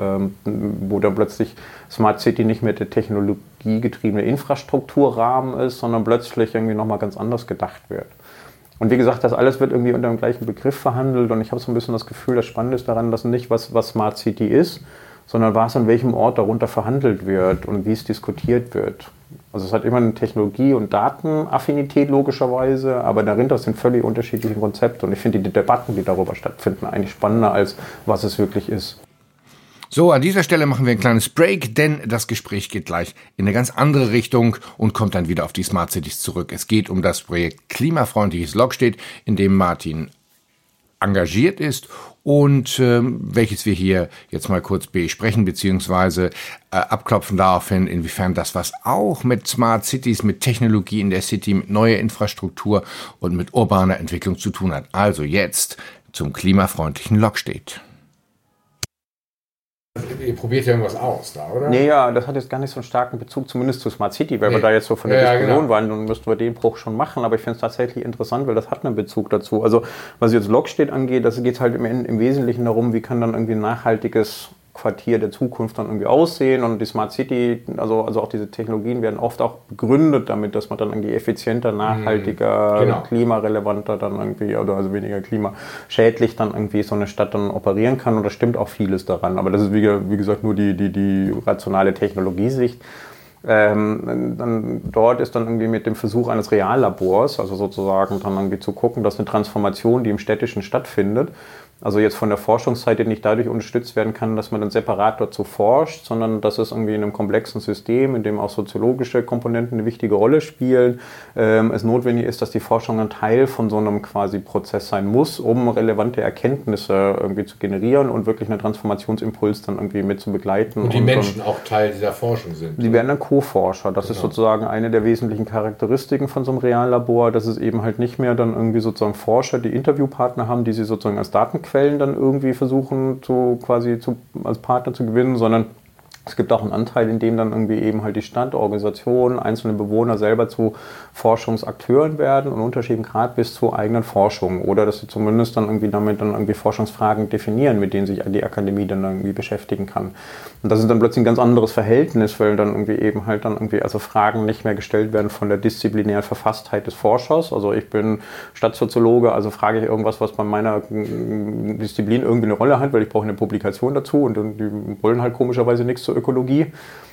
wo dann plötzlich Smart City nicht mehr der technologiegetriebene Infrastrukturrahmen ist, sondern plötzlich irgendwie nochmal ganz anders gedacht wird. Und wie gesagt, das alles wird irgendwie unter dem gleichen Begriff verhandelt, und ich habe so ein bisschen das Gefühl, das Spannende ist daran, dass nicht was Smart City ist, sondern was an welchem Ort darunter verhandelt wird und wie es diskutiert wird. Also es hat immer eine Technologie- und Datenaffinität logischerweise, aber dahinter sind völlig unterschiedliche Konzepte, und ich finde die Debatten, die darüber stattfinden, eigentlich spannender, als was es wirklich ist. So, an dieser Stelle machen wir ein kleines Break, denn das Gespräch geht gleich in eine ganz andere Richtung und kommt dann wieder auf die Smart Cities zurück. Es geht um das Projekt Klimafreundliches Lokstedt, in dem Martin engagiert ist und welches wir hier jetzt mal kurz besprechen beziehungsweise abklopfen daraufhin, inwiefern das was auch mit Smart Cities, mit Technologie in der City, mit neuer Infrastruktur und mit urbaner Entwicklung zu tun hat. Also jetzt zum klimafreundlichen Lokstedt. Ihr probiert ja irgendwas aus da, oder? Nee, ja, das hat jetzt gar nicht so einen starken Bezug, zumindest zu Smart City, weil wir da jetzt so von der Diskussion waren, dann müssten wir den Bruch schon machen, aber ich finde es tatsächlich interessant, weil das hat einen Bezug dazu. Also was jetzt Lokstedt angeht, das geht halt im Wesentlichen darum, wie kann dann irgendwie ein nachhaltiges Quartier der Zukunft dann irgendwie aussehen und die Smart City, also auch diese Technologien werden oft auch begründet damit, dass man dann irgendwie effizienter, nachhaltiger, klimarelevanter dann irgendwie oder also weniger klimaschädlich dann irgendwie so eine Stadt dann operieren kann und da stimmt auch vieles daran, aber das ist wie gesagt nur die rationale Technologiesicht. Dann dort ist dann irgendwie mit dem Versuch eines Reallabors, also sozusagen dann irgendwie zu gucken, dass eine Transformation, die im Städtischen stattfindet, also jetzt von der Forschungsseite nicht dadurch unterstützt werden kann, dass man dann separat dazu forscht, sondern dass es irgendwie in einem komplexen System, in dem auch soziologische Komponenten eine wichtige Rolle spielen, es notwendig ist, dass die Forschung ein Teil von so einem quasi Prozess sein muss, um relevante Erkenntnisse irgendwie zu generieren und wirklich einen Transformationsimpuls dann irgendwie mit zu begleiten. Und die Menschen auch Teil dieser Forschung sind. Die werden dann Co-Forscher. Das ist sozusagen eine der wesentlichen Charakteristiken von so einem Reallabor, dass es eben halt nicht mehr dann irgendwie sozusagen Forscher, die Interviewpartner haben, die sie sozusagen als Datenquellen dann irgendwie versuchen als Partner zu gewinnen, sondern es gibt auch einen Anteil, in dem dann irgendwie eben halt die Stadt, Organisation, einzelne Bewohner selber zu Forschungsakteuren werden und unterschiedlichen Grad bis zu eigenen Forschungen oder dass sie zumindest dann irgendwie damit dann irgendwie Forschungsfragen definieren, mit denen sich die Akademie dann irgendwie beschäftigen kann. Und das ist dann plötzlich ein ganz anderes Verhältnis, weil dann irgendwie eben halt dann irgendwie also Fragen nicht mehr gestellt werden von der disziplinären Verfasstheit des Forschers. Also ich bin Stadtsoziologe, also frage ich irgendwas, was bei meiner Disziplin irgendwie eine Rolle hat, weil ich brauche eine Publikation dazu und die wollen halt komischerweise nichts zur Ökologie.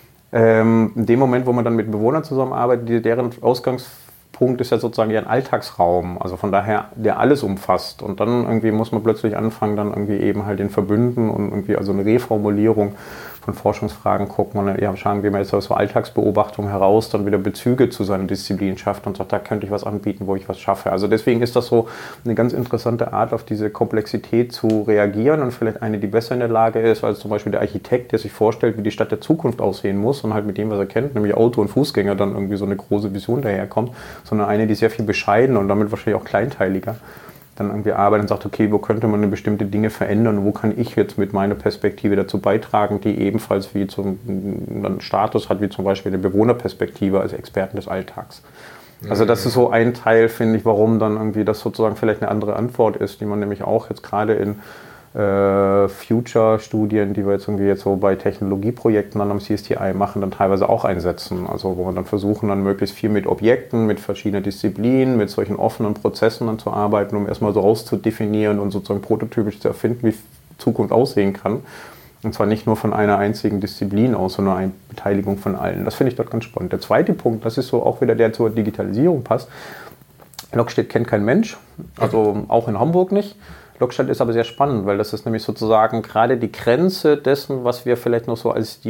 In dem Moment, wo man dann mit Bewohnern zusammenarbeitet, deren Ausgangspunkt ist ja sozusagen ihren Alltagsraum, also von daher, der alles umfasst. Und dann irgendwie muss man plötzlich anfangen, dann irgendwie eben halt den Verbünden und irgendwie also eine Reformulierung von Forschungsfragen gucken und ja, schauen, wie man jetzt aus so Alltagsbeobachtung heraus dann wieder Bezüge zu seiner Disziplin schafft und sagt, da könnte ich was anbieten, wo ich was schaffe. Also deswegen ist das so eine ganz interessante Art, auf diese Komplexität zu reagieren und vielleicht eine, die besser in der Lage ist, als zum Beispiel der Architekt, der sich vorstellt, wie die Stadt der Zukunft aussehen muss und halt mit dem, was er kennt, nämlich Auto und Fußgänger, dann irgendwie so eine große Vision daherkommt, sondern eine, die sehr viel bescheidener und damit wahrscheinlich auch kleinteiliger dann irgendwie arbeitet und sagt, okay, wo könnte man eine bestimmte Dinge verändern und wo kann ich jetzt mit meiner Perspektive dazu beitragen, die ebenfalls wie einen Status hat, wie zum Beispiel eine Bewohnerperspektive als Experten des Alltags. Also das ist so ein Teil, finde ich, warum dann irgendwie das sozusagen vielleicht eine andere Antwort ist, die man nämlich auch jetzt gerade in Future-Studien, die wir jetzt irgendwie so bei Technologieprojekten dann am CSTI machen, dann teilweise auch einsetzen. Also wo wir dann versuchen, dann möglichst viel mit Objekten, mit verschiedenen Disziplinen, mit solchen offenen Prozessen dann zu arbeiten, um erstmal so rauszudefinieren und sozusagen prototypisch zu erfinden, wie Zukunft aussehen kann. Und zwar nicht nur von einer einzigen Disziplin aus, sondern eine Beteiligung von allen. Das finde ich dort ganz spannend. Der zweite Punkt, das ist so auch wieder der zur Digitalisierung passt. Lokstedt kennt kein Mensch, also auch in Hamburg nicht. Lokstadt ist aber sehr spannend, weil das ist nämlich sozusagen gerade die Grenze dessen, was wir vielleicht noch so als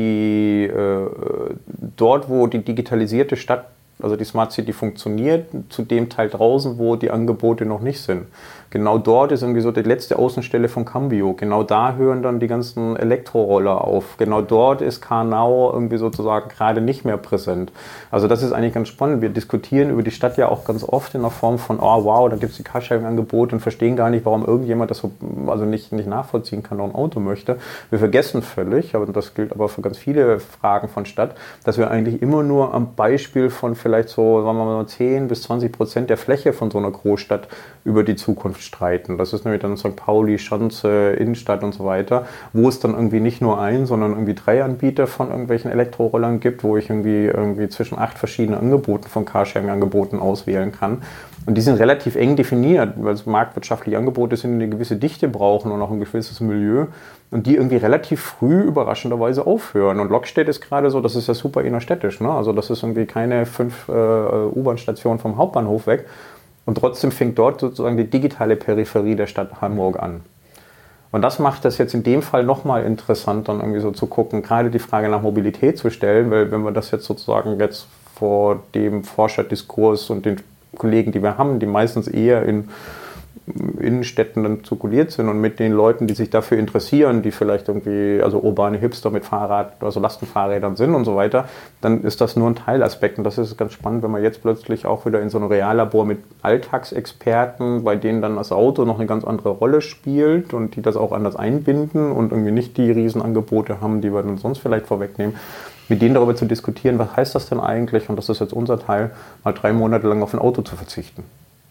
dort, wo die digitalisierte Stadt, also die Smart City funktioniert, zu dem Teil draußen, wo die Angebote noch nicht sind. Genau dort ist irgendwie so die letzte Außenstelle von Cambio. Genau da hören dann die ganzen Elektroroller auf. Genau dort ist Karnau irgendwie sozusagen gerade nicht mehr präsent. Also das ist eigentlich ganz spannend. Wir diskutieren über die Stadt ja auch ganz oft in der Form von, oh wow, da gibt es die Carsharing-Angebote und verstehen gar nicht, warum irgendjemand das so, also nicht nachvollziehen kann, und ein Auto möchte. Wir vergessen völlig, aber das gilt aber für ganz viele Fragen von Stadt, dass wir eigentlich immer nur am Beispiel von vielleicht so, sagen wir mal, 10-20% der Fläche von so einer Großstadt über die Zukunft streiten. Das ist nämlich dann St. Pauli, Schanze, Innenstadt und so weiter, wo es dann irgendwie nicht nur sondern irgendwie 3 Anbieter von irgendwelchen Elektrorollern gibt, wo ich irgendwie zwischen 8 verschiedenen Angeboten von Carsharing-Angeboten auswählen kann. Und die sind relativ eng definiert, weil es marktwirtschaftliche Angebote sind, die eine gewisse Dichte brauchen und auch ein gewisses Milieu und die irgendwie relativ früh überraschenderweise aufhören. Und Lokstedt ist gerade so, das ist ja super innerstädtisch, ne? Also das ist irgendwie keine 5 U-Bahn-Stationen vom Hauptbahnhof weg. Und trotzdem fängt dort sozusagen die digitale Peripherie der Stadt Hamburg an. Und das macht das jetzt in dem Fall nochmal interessant, dann irgendwie so zu gucken, gerade die Frage nach Mobilität zu stellen, weil wenn wir das jetzt sozusagen jetzt vor dem Forscherdiskurs und den Kollegen, die wir haben, die meistens eher in Innenstädten dann zirkuliert sind und mit den Leuten, die sich dafür interessieren, die vielleicht irgendwie, also urbane Hipster mit Fahrrad, also Lastenfahrrädern sind und so weiter, dann ist das nur ein Teilaspekt. Und das ist ganz spannend, wenn man jetzt plötzlich auch wieder in so einem Reallabor mit Alltagsexperten, bei denen dann das Auto noch eine ganz andere Rolle spielt und die das auch anders einbinden und irgendwie nicht die Riesenangebote haben, die wir dann sonst vielleicht vorwegnehmen, mit denen darüber zu diskutieren, was heißt das denn eigentlich, und das ist jetzt unser Teil, mal 3 Monate lang auf ein Auto zu verzichten.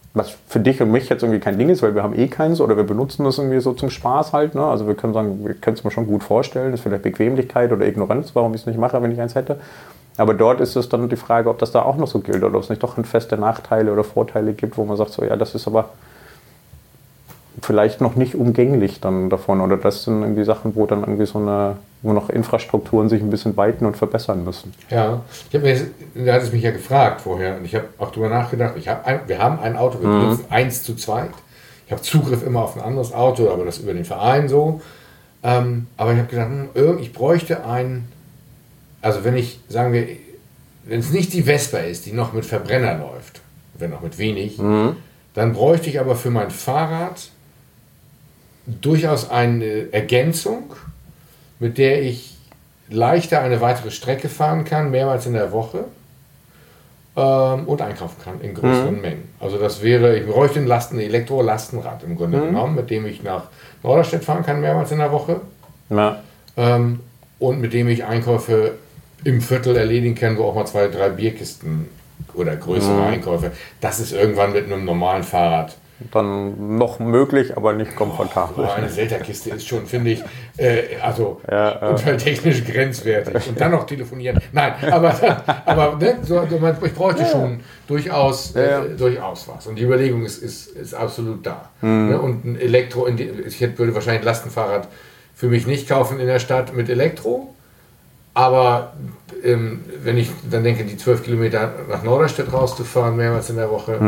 Was für dich und mich jetzt irgendwie kein Ding ist, weil wir haben eh keins oder wir benutzen das irgendwie so zum Spaß halt. Ne? Also wir können sagen, wir können es mir schon gut vorstellen, das ist vielleicht Bequemlichkeit oder Ignoranz, warum ich es nicht mache, wenn ich eins hätte. Aber dort ist es dann die Frage, ob das da auch noch so gilt oder ob es nicht doch feste Nachteile oder Vorteile gibt, wo man sagt, so ja, das ist aber vielleicht noch nicht umgänglich dann davon. Oder das sind irgendwie Sachen, wo dann irgendwie wo noch Infrastrukturen sich ein bisschen weiten und verbessern müssen. Ja, du hattest mich ja gefragt vorher und ich habe auch darüber nachgedacht, wir haben ein Auto, wir benutzen 1 zu 2. Ich habe Zugriff immer auf ein anderes Auto, aber das über den Verein so. Aber ich habe gedacht, ich bräuchte also wenn es nicht die Vespa ist, die noch mit Verbrenner läuft, wenn auch mit wenig, dann bräuchte ich aber für mein Fahrrad durchaus eine Ergänzung, mit der ich leichter eine weitere Strecke fahren kann, mehrmals in der Woche und einkaufen kann in größeren Mengen. Also ich bräuchte ein Elektro-Lastenrad im Grunde genommen, mit dem ich nach Norderstedt fahren kann, mehrmals in der Woche. Ja. Und mit dem ich Einkäufe im Viertel erledigen kann, wo auch mal 2, 3 Bierkisten oder größere Einkäufe. Das ist irgendwann mit einem normalen Fahrrad dann noch möglich, aber nicht komfortabel. Eine Zelda-Kiste ist schon, finde ich, unfalltechnisch grenzwertig. Und dann noch telefonieren. Nein, aber ne, ich bräuchte schon durchaus was. Und die Überlegung ist absolut da. Ne? Und ein ich würde wahrscheinlich ein Lastenfahrrad für mich nicht kaufen in der Stadt mit Elektro. Aber wenn ich dann denke, die 12 Kilometer nach Norderstedt rauszufahren, mehrmals in der Woche,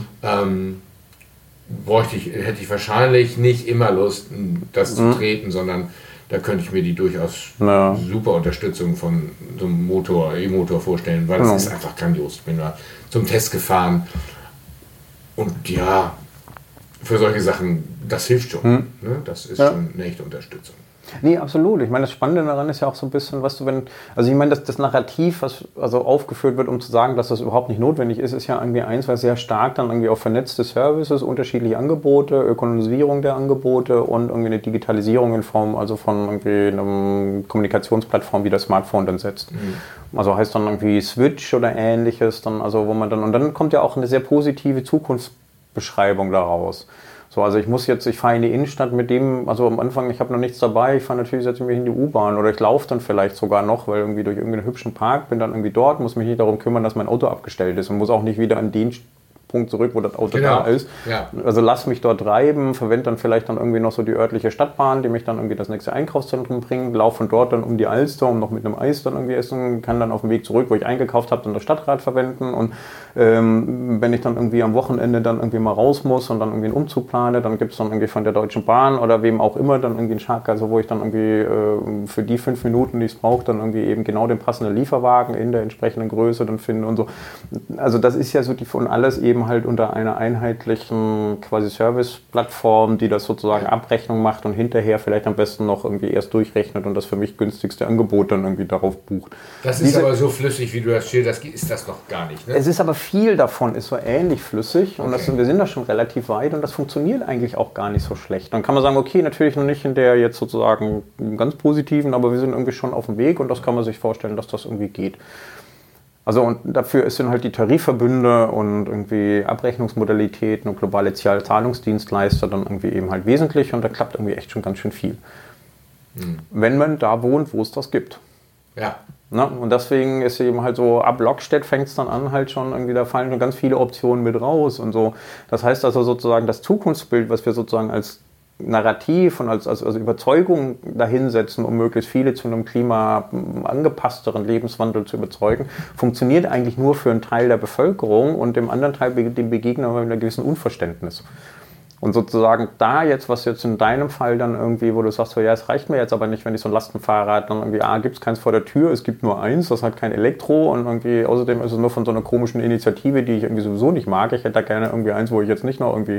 hätte ich wahrscheinlich nicht immer Lust, das zu treten, sondern da könnte ich mir die durchaus super Unterstützung von so einem E-Motor vorstellen, weil es ist einfach grandios. Ich bin da zum Test gefahren und ja, für solche Sachen, das hilft schon. Ne? Das ist schon eine echte Unterstützung. Nee, absolut. Ich meine, das Spannende daran ist ja auch so ein bisschen, also ich meine, das Narrativ, was also aufgeführt wird, um zu sagen, dass das überhaupt nicht notwendig ist, ist ja irgendwie eins, was sehr stark dann irgendwie auf vernetzte Services, unterschiedliche Angebote, Ökonomisierung der Angebote und irgendwie eine Digitalisierung in Form also von irgendwie einer Kommunikationsplattform wie das Smartphone dann setzt. Also heißt dann irgendwie Switch oder ähnliches, dann also und dann kommt ja auch eine sehr positive Zukunftsbeschreibung daraus. So, also ich fahre in die Innenstadt mit dem, also am Anfang, ich habe noch nichts dabei, ich fahre natürlich, setze mich in die U-Bahn oder ich laufe dann vielleicht sogar noch, weil irgendwie durch irgendeinen hübschen Park bin dann irgendwie dort, muss mich nicht darum kümmern, dass mein Auto abgestellt ist und muss auch nicht wieder an den Punkt zurück, wo das Auto da ist. Ja. Also lass mich dort treiben, verwende dann vielleicht dann irgendwie noch so die örtliche Stadtbahn, die mich dann irgendwie das nächste Einkaufszentrum bringt, laufe von dort dann um die Alster, um noch mit einem Eis dann irgendwie essen, kann dann auf dem Weg zurück, wo ich eingekauft habe, dann das Stadtrad verwenden und wenn ich dann irgendwie am Wochenende dann irgendwie mal raus muss und dann irgendwie einen Umzug plane, dann gibt es dann irgendwie von der Deutschen Bahn oder wem auch immer dann irgendwie einen Schak, also wo ich dann irgendwie für die 5 Minuten, die es braucht, dann irgendwie eben genau den passenden Lieferwagen in der entsprechenden Größe dann finde und so. Also das ist ja so von alles eben halt unter einer einheitlichen quasi Service-Plattform, die das sozusagen Abrechnung macht und hinterher vielleicht am besten noch irgendwie erst durchrechnet und das für mich günstigste Angebot dann irgendwie darauf bucht. Das ist aber so flüssig, wie du das schilderst, ist das noch gar nicht. Ne? Es ist aber viel davon ist so ähnlich flüssig und wir sind da schon relativ weit und das funktioniert eigentlich auch gar nicht so schlecht. Dann kann man sagen, okay, natürlich noch nicht in der jetzt sozusagen ganz positiven, aber wir sind irgendwie schon auf dem Weg und das kann man sich vorstellen, dass das irgendwie geht. Also und dafür sind halt die Tarifverbünde und irgendwie Abrechnungsmodalitäten und globale Zahlungsdienstleister dann irgendwie eben halt wesentlich und da klappt irgendwie echt schon ganz schön viel. Wenn man da wohnt, wo es das gibt. Ja. Na, und deswegen ist eben halt so, ab Lockstedt fängt es dann an halt schon irgendwie, da fallen schon ganz viele Optionen mit raus und so. Das heißt also sozusagen das Zukunftsbild, was wir sozusagen als Narrativ und als Überzeugung dahinsetzen, um möglichst viele zu einem klimaangepassteren Lebenswandel zu überzeugen, funktioniert eigentlich nur für einen Teil der Bevölkerung und dem anderen Teil dem begegnen wir mit einem gewissen Unverständnis. Und sozusagen da jetzt, was jetzt in deinem Fall dann irgendwie, wo du sagst, so, ja, es reicht mir jetzt aber nicht, wenn ich so ein Lastenfahrrad dann irgendwie, gibt es keins vor der Tür, es gibt nur eins, das hat kein Elektro und irgendwie, außerdem ist es nur von so einer komischen Initiative, die ich irgendwie sowieso nicht mag. Ich hätte da gerne irgendwie eins, wo ich jetzt nicht noch irgendwie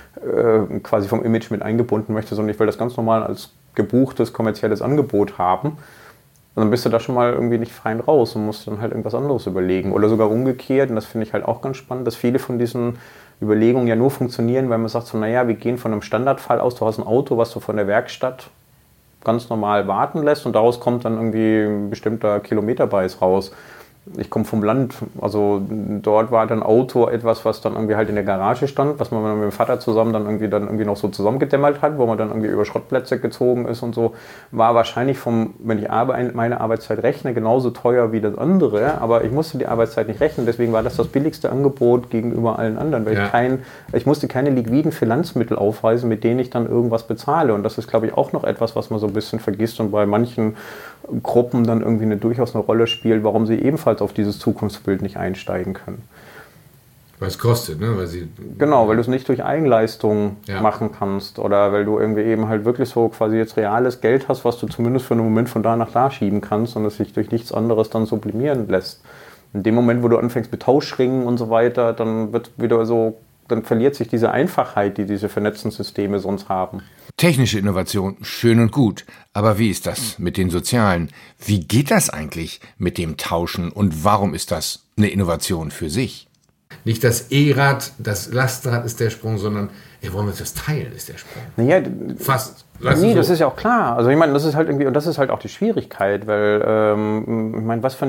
quasi vom Image mit eingebunden möchte, sondern ich will das ganz normal als gebuchtes kommerzielles Angebot haben. Und dann bist du da schon mal irgendwie nicht fein raus und musst dann halt irgendwas anderes überlegen. Oder sogar umgekehrt, und das finde ich halt auch ganz spannend, dass viele von diesen Überlegungen ja nur funktionieren, weil man sagt so, naja, wir gehen von einem Standardfall aus, du hast ein Auto, was du von der Werkstatt ganz normal warten lässt und daraus kommt dann irgendwie ein bestimmter Kilometerpreis raus. ich komme vom Land, also dort war dann Auto etwas, was dann irgendwie halt in der Garage stand, was man mit dem Vater zusammen dann irgendwie noch so zusammengedämmert hat, wo man dann irgendwie über Schrottplätze gezogen ist und so, war wahrscheinlich wenn ich meine Arbeitszeit rechne, genauso teuer wie das andere, aber ich musste die Arbeitszeit nicht rechnen, deswegen war das billigste Angebot gegenüber allen anderen, weil ich musste keine liquiden Finanzmittel aufweisen, mit denen ich dann irgendwas bezahle, und das ist, glaube ich, auch noch etwas, was man so ein bisschen vergisst und bei manchen Gruppen dann irgendwie durchaus eine Rolle spielt, warum sie ebenfalls auf dieses Zukunftsbild nicht einsteigen können. Weil es kostet, ne? Genau, weil du es nicht durch Eigenleistung machen kannst oder weil du irgendwie eben halt wirklich so quasi jetzt reales Geld hast, was du zumindest für einen Moment von da nach da schieben kannst und es sich durch nichts anderes dann sublimieren lässt. In dem Moment, wo du anfängst mit Tauschringen und so weiter, dann dann verliert sich diese Einfachheit, die diese vernetzten Systeme sonst haben. Technische Innovation, schön und gut. Aber wie ist das mit den sozialen? Wie geht das eigentlich mit dem Tauschen und warum ist das eine Innovation für sich? Nicht das E-Rad, das Lastrad ist der Sprung, sondern wir wollen uns das teilen, ist der Sprung. Naja, fast. Nee, das ist ja auch klar. Also ich meine, das ist halt irgendwie, und das ist halt auch die Schwierigkeit, weil ich meine, was für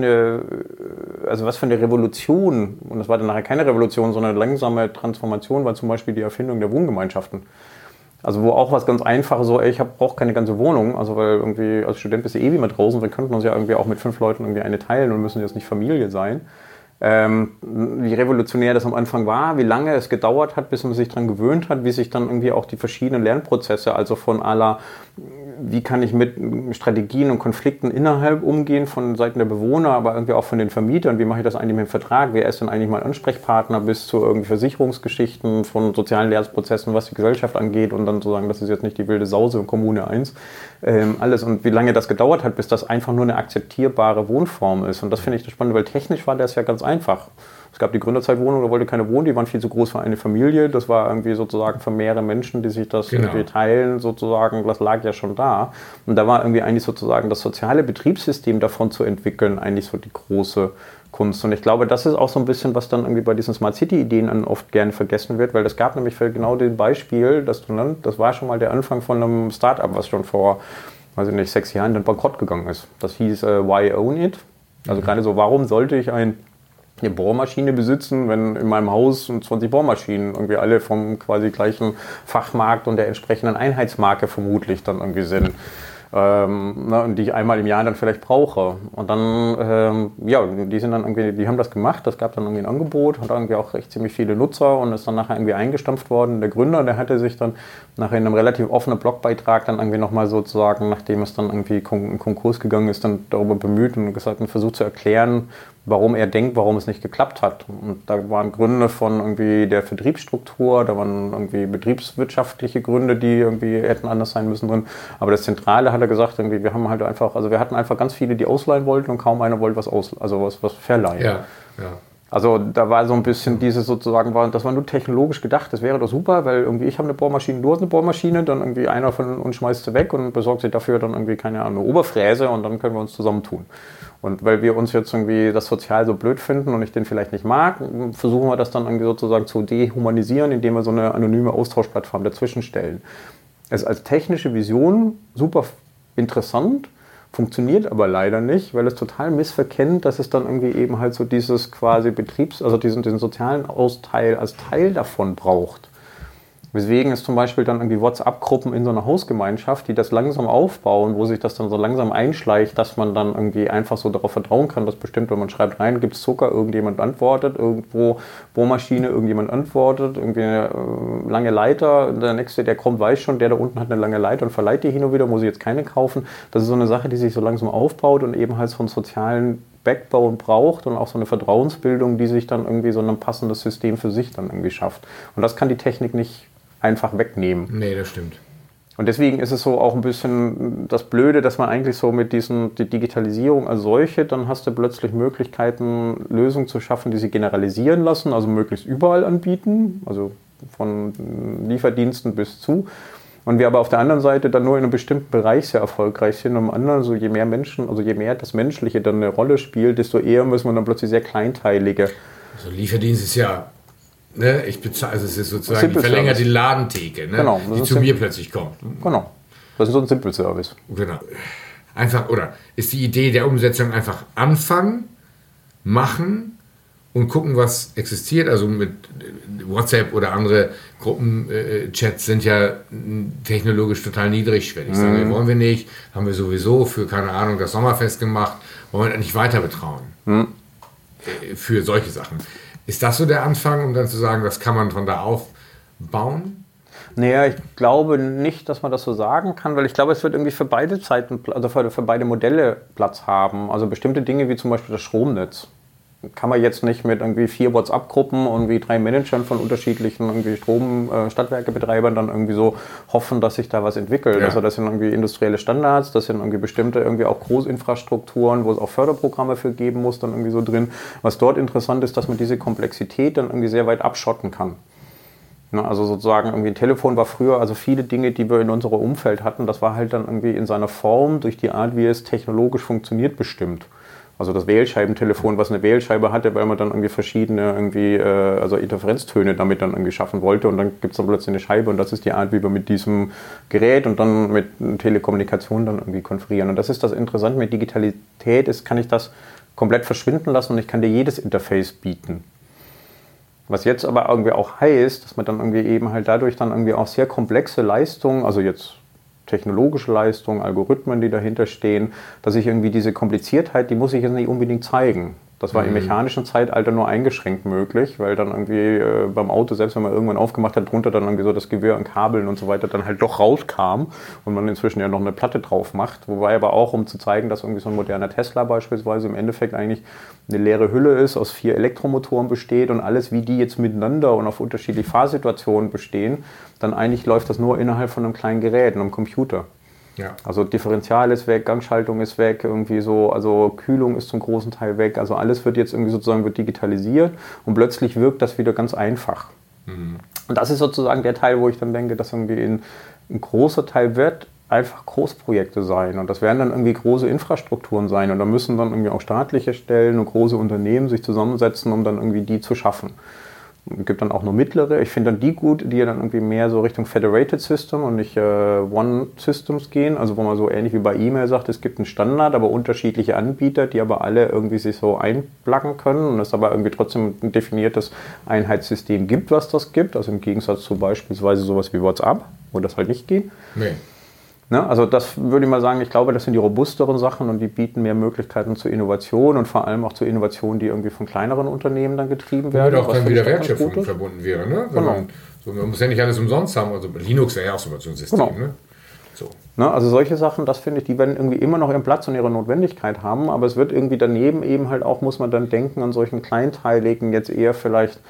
eine Revolution, und das war dann nachher keine Revolution, sondern eine langsame Transformation, war zum Beispiel die Erfindung der Wohngemeinschaften. Also wo auch was ganz Einfaches, so, ich brauche keine ganze Wohnung, also weil irgendwie als Student bist du ewig mit draußen, wir könnten uns ja irgendwie auch mit 5 Leuten irgendwie eine teilen und müssen jetzt nicht Familie sein. Wie revolutionär das am Anfang war, wie lange es gedauert hat, bis man sich daran gewöhnt hat, wie sich dann irgendwie auch die verschiedenen Lernprozesse, also von wie kann ich mit Strategien und Konflikten innerhalb umgehen von Seiten der Bewohner, aber irgendwie auch von den Vermietern, wie mache ich das eigentlich mit dem Vertrag, wer ist denn eigentlich mein Ansprechpartner, bis zu irgendwie Versicherungsgeschichten, von sozialen Lernprozessen, was die Gesellschaft angeht und dann zu sagen, das ist jetzt nicht die wilde Sause in Kommune 1, alles, und wie lange das gedauert hat, bis das einfach nur eine akzeptierbare Wohnform ist, und das finde ich das Spannende, weil technisch war das ja ganz einfach. Es gab die Gründerzeitwohnung, da wollte keiner wohnen, die waren viel zu groß für eine Familie. Das war irgendwie sozusagen für mehrere Menschen, die sich das irgendwie teilen, sozusagen, das lag ja schon da. Und da war irgendwie eigentlich sozusagen das soziale Betriebssystem davon zu entwickeln, eigentlich so die große Kunst. Und ich glaube, das ist auch so ein bisschen, was dann irgendwie bei diesen Smart City-Ideen oft gerne vergessen wird, weil es gab nämlich für genau den Beispiel, das war schon mal der Anfang von einem Start-up, was schon vor, 6 Jahren dann bankrott gegangen ist. Das hieß Why Own It? Also gerade so, warum sollte ich eine Bohrmaschine besitzen, wenn in meinem Haus 20 Bohrmaschinen irgendwie alle vom quasi gleichen Fachmarkt und der entsprechenden Einheitsmarke vermutlich dann irgendwie sind. Und die ich einmal im Jahr dann vielleicht brauche. Und dann, die sind dann irgendwie, die haben das gemacht, das gab dann irgendwie ein Angebot, hat irgendwie auch recht ziemlich viele Nutzer und ist dann nachher irgendwie eingestampft worden. Der Gründer, der hatte sich dann nachher in einem relativ offenen Blogbeitrag dann irgendwie nochmal sozusagen, nachdem es dann irgendwie in Konkurs gegangen ist, dann darüber bemüht und gesagt und versucht zu erklären, warum er denkt, warum es nicht geklappt hat. Und da waren Gründe von irgendwie der Vertriebsstruktur, da waren irgendwie betriebswirtschaftliche Gründe, die irgendwie hätten anders sein müssen drin. Aber das Zentrale, hat er gesagt, irgendwie, wir hatten einfach ganz viele, die ausleihen wollten und kaum einer wollte was verleihen. Ja. Also da war so ein bisschen dieses sozusagen, das war nur technologisch gedacht, das wäre doch super, weil irgendwie ich habe eine Bohrmaschine, du hast eine Bohrmaschine, dann irgendwie einer von uns schmeißt sie weg und besorgt sich dafür dann irgendwie, keine Ahnung, eine Oberfräse und dann können wir uns zusammentun. Und weil wir uns jetzt irgendwie das sozial so blöd finden und ich den vielleicht nicht mag, versuchen wir das dann irgendwie sozusagen zu dehumanisieren, indem wir so eine anonyme Austauschplattform dazwischen stellen. Es ist als technische Vision super interessant, funktioniert aber leider nicht, weil es total missverkennt, dass es dann irgendwie eben halt so dieses quasi diesen sozialen Austeil als Teil davon braucht. Weswegen es zum Beispiel dann irgendwie WhatsApp-Gruppen in so einer Hausgemeinschaft, die das langsam aufbauen, wo sich das dann so langsam einschleicht, dass man dann irgendwie einfach so darauf vertrauen kann, dass bestimmt, wenn man schreibt rein, gibt es Zucker, irgendjemand antwortet, irgendwo Bohrmaschine, irgendjemand antwortet, irgendwie eine lange Leiter, der Nächste, der kommt, weiß schon, der da unten hat eine lange Leiter und verleiht die hin und wieder, muss ich jetzt keine kaufen. Das ist so eine Sache, die sich so langsam aufbaut und eben halt so einen sozialen Backbone braucht und auch so eine Vertrauensbildung, die sich dann irgendwie so ein passendes System für sich dann irgendwie schafft. Und das kann die Technik nicht einfach wegnehmen. Nee, das stimmt. Und deswegen ist es so auch ein bisschen das Blöde, dass man eigentlich so mit die Digitalisierung als solche, dann hast du plötzlich Möglichkeiten, Lösungen zu schaffen, die sie generalisieren lassen, also möglichst überall anbieten, also von Lieferdiensten bis zu. Und wir aber auf der anderen Seite dann nur in einem bestimmten Bereich sehr erfolgreich sind. Und im anderen, so je mehr Menschen, also je mehr das Menschliche dann eine Rolle spielt, desto eher müssen wir dann plötzlich sehr kleinteilige. Also Lieferdienst ist ja, ne, ich bezahle, also es ist sozusagen die verlängerte Ladentheke, ne, genau, die zu mir plötzlich kommt. Genau, das ist so ein Simple Service. Genau. Einfach, oder ist die Idee der Umsetzung einfach anfangen machen und gucken, was existiert. Also mit WhatsApp oder andere Gruppenchats sind ja technologisch total niedrigschwellig. Sagen wir, wollen wir nicht, haben wir sowieso für, keine Ahnung, das Sommerfest gemacht, wollen wir nicht weiter betrauen. Für solche Sachen. Ist das so der Anfang, um dann zu sagen, das kann man von da aufbauen? Naja, ich glaube nicht, dass man das so sagen kann, weil ich glaube, es wird irgendwie für beide Zeiten, also für beide Modelle Platz haben. Also bestimmte Dinge wie zum Beispiel das Stromnetz kann man jetzt nicht mit irgendwie 4 WhatsApp-Gruppen und wie 3 Managern von unterschiedlichen irgendwie Stadtwerkebetreibern dann irgendwie so hoffen, dass sich da was entwickelt. Ja. Also das sind irgendwie industrielle Standards, das sind irgendwie bestimmte irgendwie auch Großinfrastrukturen, wo es auch Förderprogramme für geben muss, dann irgendwie so drin. Was dort interessant ist, dass man diese Komplexität dann irgendwie sehr weit abschotten kann. Also sozusagen irgendwie ein Telefon war früher, also viele Dinge, die wir in unserem Umfeld hatten, das war halt dann irgendwie in seiner Form durch die Art, wie es technologisch funktioniert, bestimmt. Also das Wählscheibentelefon, was eine Wählscheibe hatte, weil man dann irgendwie verschiedene also Interferenztöne damit dann irgendwie schaffen wollte und dann gibt es dann plötzlich eine Scheibe und das ist die Art, wie wir mit diesem Gerät und dann mit Telekommunikation dann irgendwie konferieren. Und das ist das Interessante mit Digitalität, kann ich das komplett verschwinden lassen und ich kann dir jedes Interface bieten. Was jetzt aber irgendwie auch heißt, dass man dann irgendwie eben halt dadurch dann irgendwie auch sehr komplexe Leistungen, also jetzt technologische Leistungen, Algorithmen, die dahinter stehen, dass ich irgendwie diese Kompliziertheit, die muss ich jetzt nicht unbedingt zeigen. Das war im mechanischen Zeitalter nur eingeschränkt möglich, weil dann irgendwie beim Auto, selbst wenn man irgendwann aufgemacht hat, drunter dann irgendwie so das Gewirr an Kabeln und so weiter dann halt doch rauskam und man inzwischen ja noch eine Platte drauf macht. Wobei aber auch, um zu zeigen, dass irgendwie so ein moderner Tesla beispielsweise im Endeffekt eigentlich eine leere Hülle ist, aus 4 Elektromotoren besteht und alles, wie die jetzt miteinander und auf unterschiedliche Fahrsituationen bestehen, dann eigentlich läuft das nur innerhalb von einem kleinen Gerät, einem Computer. Ja. Also Differential ist weg, Gangschaltung ist weg, irgendwie so, also Kühlung ist zum großen Teil weg, also alles wird jetzt irgendwie sozusagen wird digitalisiert und plötzlich wirkt das wieder ganz einfach. Und das ist sozusagen der Teil, wo ich dann denke, dass irgendwie ein großer Teil wird einfach Großprojekte sein und das werden dann irgendwie große Infrastrukturen sein und da müssen dann irgendwie auch staatliche Stellen und große Unternehmen sich zusammensetzen, um dann irgendwie die zu schaffen. Es gibt dann auch nur mittlere. Ich finde dann die gut, die dann irgendwie mehr so Richtung Federated System und nicht One Systems gehen. Also wo man so ähnlich wie bei E-Mail sagt, es gibt einen Standard, aber unterschiedliche Anbieter, die aber alle irgendwie sich so einpluggen können und es aber irgendwie trotzdem ein definiertes Einheitssystem gibt, was das gibt. Also im Gegensatz zu beispielsweise sowas wie WhatsApp, wo das halt nicht geht. Nee. Ne, also das würde ich mal sagen, ich glaube, das sind die robusteren Sachen und die bieten mehr Möglichkeiten zur Innovation und vor allem auch zur Innovation, die irgendwie von kleineren Unternehmen dann getrieben werden. Und auch dann wieder Wertschöpfung verbunden wäre. Ne? Genau. Man muss ja nicht alles umsonst haben. Also Linux wäre ja auch so ein System. Genau. Ne? So. Ne, also solche Sachen, das finde ich, die werden irgendwie immer noch ihren Platz und ihre Notwendigkeit haben, aber es wird irgendwie daneben eben halt auch, muss man dann denken, an solchen kleinteiligen, jetzt eher vielleicht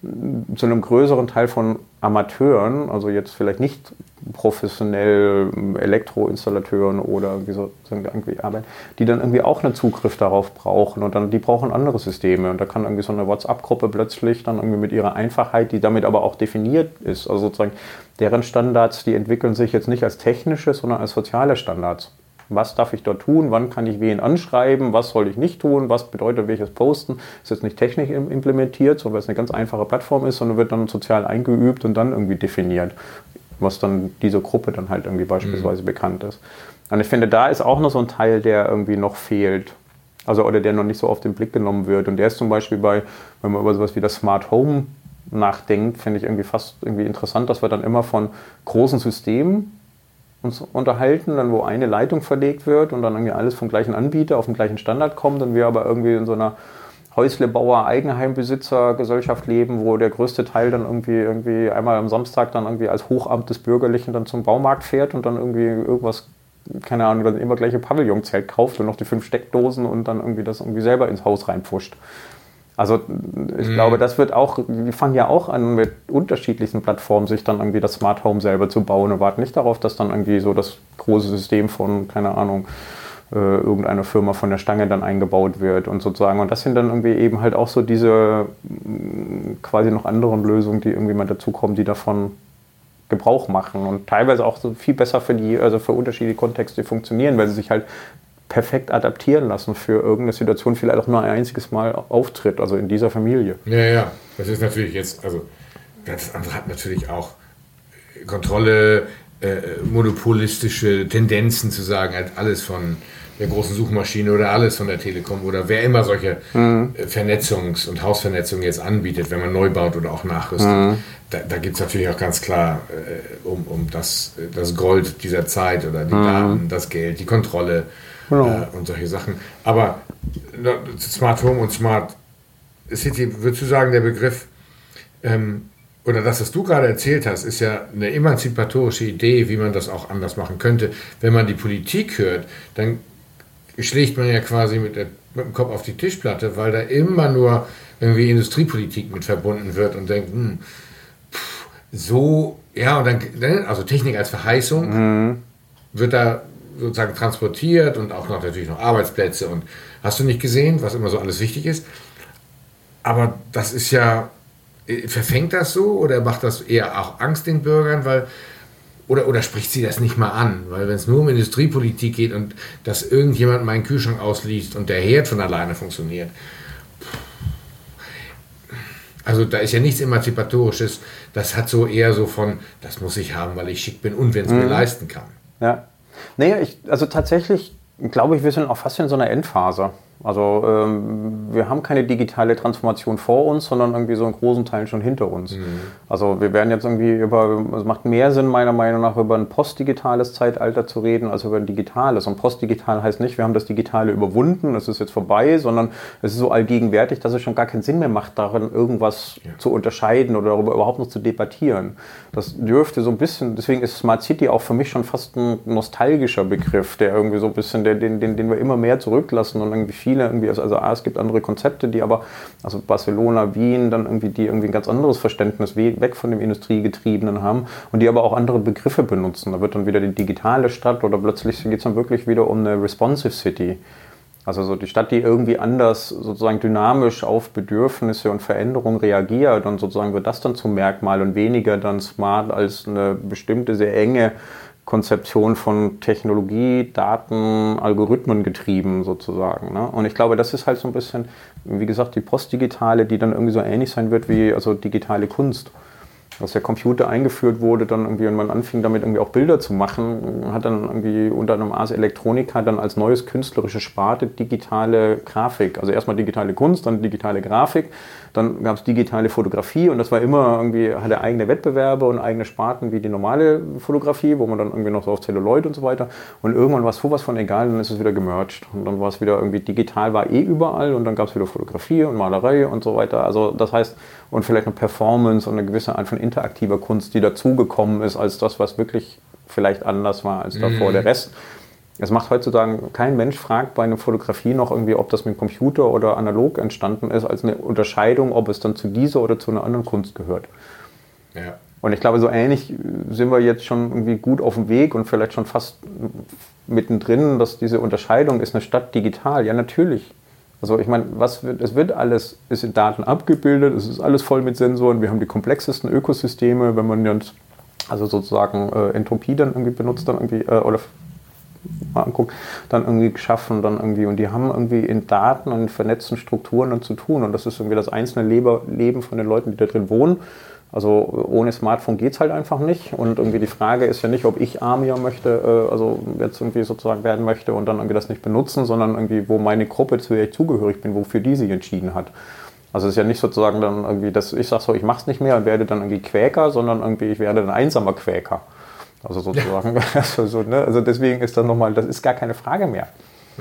zu einem größeren Teil von Amateuren, also jetzt vielleicht nicht professionell Elektroinstallateuren oder irgendwie arbeiten, die dann irgendwie auch einen Zugriff darauf brauchen und dann die brauchen andere Systeme und da kann irgendwie so eine WhatsApp-Gruppe plötzlich dann irgendwie mit ihrer Einfachheit, die damit aber auch definiert ist, also sozusagen deren Standards, die entwickeln sich jetzt nicht als technische, sondern als soziale Standards. Was darf ich dort tun? Wann kann ich wen anschreiben? Was soll ich nicht tun? Was bedeutet welches Posten? Ist jetzt nicht technisch implementiert, so weil es eine ganz einfache Plattform ist, sondern wird dann sozial eingeübt und dann irgendwie definiert, was dann dieser Gruppe dann halt irgendwie beispielsweise bekannt ist. Und ich finde, da ist auch noch so ein Teil, der irgendwie noch fehlt. Also, oder der noch nicht so auf den Blick genommen wird. Und der ist zum Beispiel wenn man über sowas wie das Smart Home nachdenkt, finde ich irgendwie fast irgendwie interessant, dass wir dann immer von großen Systemen uns unterhalten, dann wo eine Leitung verlegt wird und dann irgendwie alles vom gleichen Anbieter auf den gleichen Standard kommt und wir aber irgendwie in so einer Häuslebauer, Eigenheimbesitzer-Gesellschaft leben, wo der größte Teil dann irgendwie einmal am Samstag dann irgendwie als Hochamt des Bürgerlichen dann zum Baumarkt fährt und dann irgendwie irgendwas, keine Ahnung, dann immer gleiche Pavillonzelt kauft und noch die 5 Steckdosen und dann irgendwie das irgendwie selber ins Haus reinpfuscht. Also ich glaube, das wird auch, die fangen ja auch an, mit unterschiedlichsten Plattformen sich dann irgendwie das Smart Home selber zu bauen und warten nicht darauf, dass dann irgendwie so das große System von, keine Ahnung, irgendeiner Firma von der Stange dann eingebaut wird und sozusagen. Und das sind dann irgendwie eben halt auch so diese quasi noch anderen Lösungen, die irgendwie mal dazukommen, die davon Gebrauch machen und teilweise auch so viel besser für unterschiedliche Kontexte funktionieren, weil sie sich halt perfekt adaptieren lassen für irgendeine Situation, vielleicht auch nur ein einziges Mal auftritt, also in dieser Familie. Ja, das ist natürlich jetzt, also das andere hat natürlich auch Kontrolle, monopolistische Tendenzen zu sagen, halt alles von der großen Suchmaschine oder alles von der Telekom oder wer immer solche Vernetzungs- und Hausvernetzung jetzt anbietet, wenn man neu baut oder auch nachrüstet. Da geht es natürlich auch ganz klar um das Gold dieser Zeit oder die Daten, das Geld, die Kontrolle und solche Sachen. Aber Smart Home und Smart City, würdest du sagen, der Begriff oder das, was du gerade erzählt hast, ist ja eine emanzipatorische Idee, wie man das auch anders machen könnte. Wenn man die Politik hört, dann schlägt man ja quasi mit dem Kopf auf die Tischplatte, weil da immer nur irgendwie Industriepolitik mit verbunden wird und denkt, so, ja, und dann, also Technik als Verheißung wird da sozusagen transportiert und auch noch natürlich noch Arbeitsplätze und hast du nicht gesehen, was immer so alles wichtig ist. Aber das ist ja, verfängt das so oder macht das eher auch Angst den Bürgern, oder spricht sie das nicht mal an? Weil wenn es nur um Industriepolitik geht und dass irgendjemand meinen Kühlschrank ausliest und der Herd von alleine funktioniert, also da ist ja nichts Emanzipatorisches, das hat so eher so von, das muss ich haben, weil ich schick bin und wenn es mir leisten kann. Ja, naja, also tatsächlich glaube ich, wir sind auch fast in so einer Endphase. Also wir haben keine digitale Transformation vor uns, sondern irgendwie so in großen Teilen schon hinter uns. Also wir werden jetzt irgendwie es macht mehr Sinn meiner Meinung nach über ein postdigitales Zeitalter zu reden, als über ein digitales. Und postdigital heißt nicht, wir haben das Digitale überwunden, es ist jetzt vorbei, sondern es ist so allgegenwärtig, dass es schon gar keinen Sinn mehr macht, darin irgendwas zu unterscheiden oder darüber überhaupt noch zu debattieren. Das dürfte so ein bisschen, deswegen ist Smart City auch für mich schon fast ein nostalgischer Begriff, der irgendwie so ein bisschen, den wir immer mehr zurücklassen und irgendwie viele irgendwie, also es gibt andere Konzepte, die aber, also Barcelona, Wien, dann irgendwie, die irgendwie ein ganz anderes Verständnis weg von dem Industriegetriebenen haben und die aber auch andere Begriffe benutzen. Da wird dann wieder die digitale Stadt oder plötzlich geht es dann wirklich wieder um eine responsive City. Also so die Stadt, die irgendwie anders, sozusagen dynamisch auf Bedürfnisse und Veränderungen reagiert und sozusagen wird das dann zum Merkmal und weniger dann smart als eine bestimmte, sehr enge Konzeption von Technologie, Daten, Algorithmen getrieben sozusagen. Ne? Und ich glaube, das ist halt so ein bisschen, wie gesagt, die postdigitale, die dann irgendwie so ähnlich sein wird wie also digitale Kunst. Als der Computer eingeführt wurde, dann irgendwie und man anfing damit irgendwie auch Bilder zu machen, hat dann irgendwie unter einem Ars Electronica dann als neues künstlerische Sparte digitale Grafik, also erstmal digitale Kunst, dann digitale Grafik, dann gab es digitale Fotografie und das war immer irgendwie, hatte eigene Wettbewerbe und eigene Sparten wie die normale Fotografie, wo man dann irgendwie noch so auf Celluloid und so weiter und irgendwann war es sowas von egal, dann ist es wieder gemerged und dann war es wieder irgendwie digital, war überall und dann gab es wieder Fotografie und Malerei und so weiter, also das heißt, und vielleicht noch Performance und eine gewisse Art von interaktiver Kunst, die dazugekommen ist als das, was wirklich vielleicht anders war als davor der Rest. Es macht heutzutage, kein Mensch fragt bei einer Fotografie noch irgendwie, ob das mit dem Computer oder analog entstanden ist, als eine Unterscheidung, ob es dann zu dieser oder zu einer anderen Kunst gehört. Ja. Und ich glaube, so ähnlich sind wir jetzt schon irgendwie gut auf dem Weg und vielleicht schon fast mittendrin, dass diese Unterscheidung, ist eine Stadt digital? Ja, natürlich. Also ich meine, es wird alles, ist in Daten abgebildet, es ist alles voll mit Sensoren, wir haben die komplexesten Ökosysteme, wenn man jetzt also sozusagen Entropie dann irgendwie benutzt, dann irgendwie, oder mal anguckt, dann irgendwie geschaffen, dann irgendwie, und die haben irgendwie in Daten und in vernetzten Strukturen dann zu tun und das ist irgendwie das einzelne Leben von den Leuten, die da drin wohnen. Also ohne Smartphone geht es halt einfach nicht und irgendwie die Frage ist ja nicht, ob ich Armier möchte, also jetzt irgendwie sozusagen werden möchte und dann irgendwie das nicht benutzen, sondern irgendwie, wo meine Gruppe, zu der ich zugehörig bin, wofür die sich entschieden hat. Also es ist ja nicht sozusagen dann irgendwie, dass ich sage so, ich mache es nicht mehr und werde dann irgendwie Quäker, sondern irgendwie, ich werde ein einsamer Quäker. Also sozusagen, also deswegen ist das nochmal, das ist gar keine Frage mehr. Nee.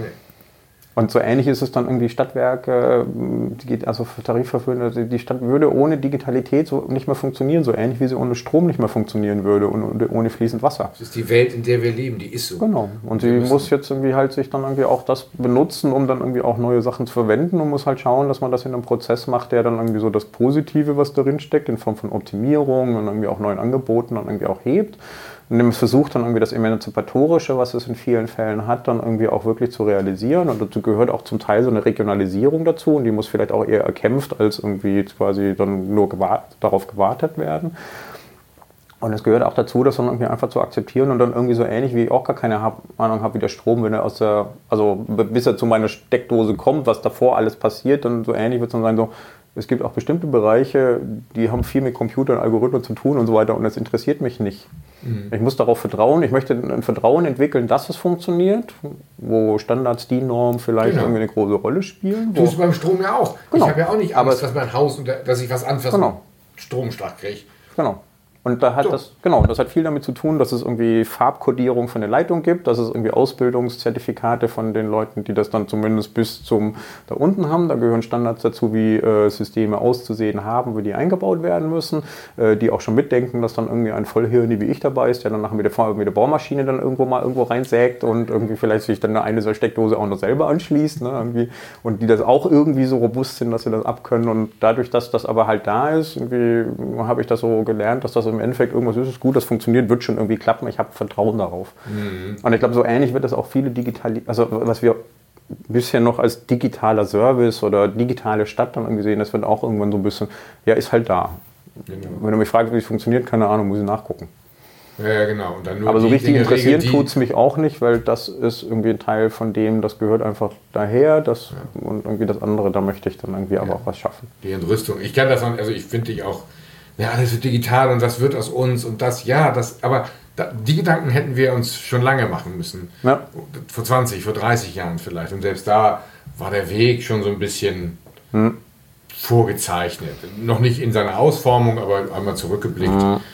Und so ähnlich ist es dann irgendwie Stadtwerke, also Tarifverführende, die Stadt würde ohne Digitalität so nicht mehr funktionieren, so ähnlich wie sie ohne Strom nicht mehr funktionieren würde und ohne fließend Wasser. Das ist die Welt, in der wir leben, die ist so. Genau. Und sie muss jetzt irgendwie halt sich dann irgendwie auch das benutzen, um dann irgendwie auch neue Sachen zu verwenden und muss halt schauen, dass man das in einem Prozess macht, der dann irgendwie so das Positive, was darin steckt, in Form von Optimierung und irgendwie auch neuen Angeboten dann irgendwie auch hebt. Und es versucht dann irgendwie das Emanzipatorische, was es in vielen Fällen hat, dann irgendwie auch wirklich zu realisieren. Und dazu gehört auch zum Teil so eine Regionalisierung dazu. Und die muss vielleicht auch eher erkämpft, als irgendwie quasi dann nur darauf gewartet werden. Und es gehört auch dazu, das dann irgendwie einfach zu akzeptieren und dann irgendwie so ähnlich, wie ich auch gar keine Ahnung habe, wie der Strom, wenn er also bis er zu meiner Steckdose kommt, was davor alles passiert, dann so ähnlich wird es dann sein, so, es gibt auch bestimmte Bereiche, die haben viel mit Computern, Algorithmen zu tun und so weiter und das interessiert mich nicht. Ich muss darauf vertrauen, ich möchte ein Vertrauen entwickeln, dass es funktioniert, wo Standards, DIN-Normen vielleicht irgendwie eine große Rolle spielen. Tust du beim Strom ja auch. Genau. Ich habe ja auch nicht Angst, dass mein Haus, dass ich was anfasse und Stromschlag kriege. Genau. Und da hat das hat viel damit zu tun, dass es irgendwie Farbkodierung von der Leitung gibt, dass es irgendwie Ausbildungszertifikate von den Leuten, die das dann zumindest bis zum da unten haben. Da gehören Standards dazu, wie Systeme auszusehen haben, wie die eingebaut werden müssen, die auch schon mitdenken, dass dann irgendwie ein Vollhirni wie ich dabei ist, der dann nachher mit der Bohrmaschine dann irgendwo reinsägt und irgendwie vielleicht sich dann eine so Steckdose auch noch selber anschließt, ne, irgendwie, und die das auch irgendwie so robust sind, dass sie das abkönnen. Und dadurch, dass das aber halt da ist, irgendwie habe ich das so gelernt, dass das im Endeffekt irgendwas ist gut, das funktioniert, wird schon irgendwie klappen, ich habe Vertrauen darauf. Und ich glaube, so ähnlich wird das auch viele also was wir bisher noch als digitaler Service oder digitale Stadt dann irgendwie sehen, das wird auch irgendwann so ein bisschen, ja, ist halt da. Genau. Wenn du mich fragst, wie es funktioniert, keine Ahnung, muss ich nachgucken. Ja, genau. Und dann nur aber so richtig interessieren tut es mich auch nicht, weil das ist irgendwie ein Teil von dem, das gehört einfach daher, und irgendwie das andere, da möchte ich dann irgendwie aber auch was schaffen. Die Entrüstung. Ich kann das, also ich finde dich auch, ja, alles wird digital und das wird aus uns und aber die Gedanken hätten wir uns schon lange machen müssen. Ja. Vor 20, vor 30 Jahren vielleicht. Und selbst da war der Weg schon so ein bisschen vorgezeichnet. Noch nicht in seiner Ausformung, aber einmal zurückgeblickt,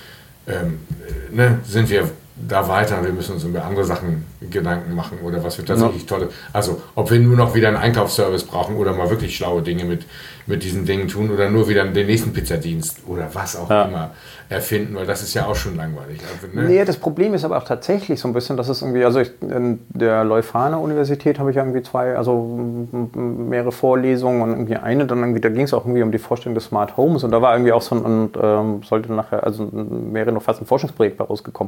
sind wir da weiter. Wir müssen uns über andere Sachen Gedanken machen oder was wir tatsächlich tolle. Also, ob wir nur noch wieder einen Einkaufsservice brauchen oder mal wirklich schlaue Dinge mit diesen Dingen tun oder nur wieder den nächsten Pizzadienst oder was auch immer erfinden, weil das ist ja auch schon langweilig. Also, ne? Nee, das Problem ist aber auch tatsächlich so ein bisschen, dass es irgendwie, also in der Leuphana-Universität habe ich irgendwie mehrere Vorlesungen und irgendwie eine, dann irgendwie, da ging es auch irgendwie um die Vorstellung des Smart Homes und da war irgendwie auch so sollte nachher, also wäre noch fast ein Forschungsprojekt bei rausgekommen.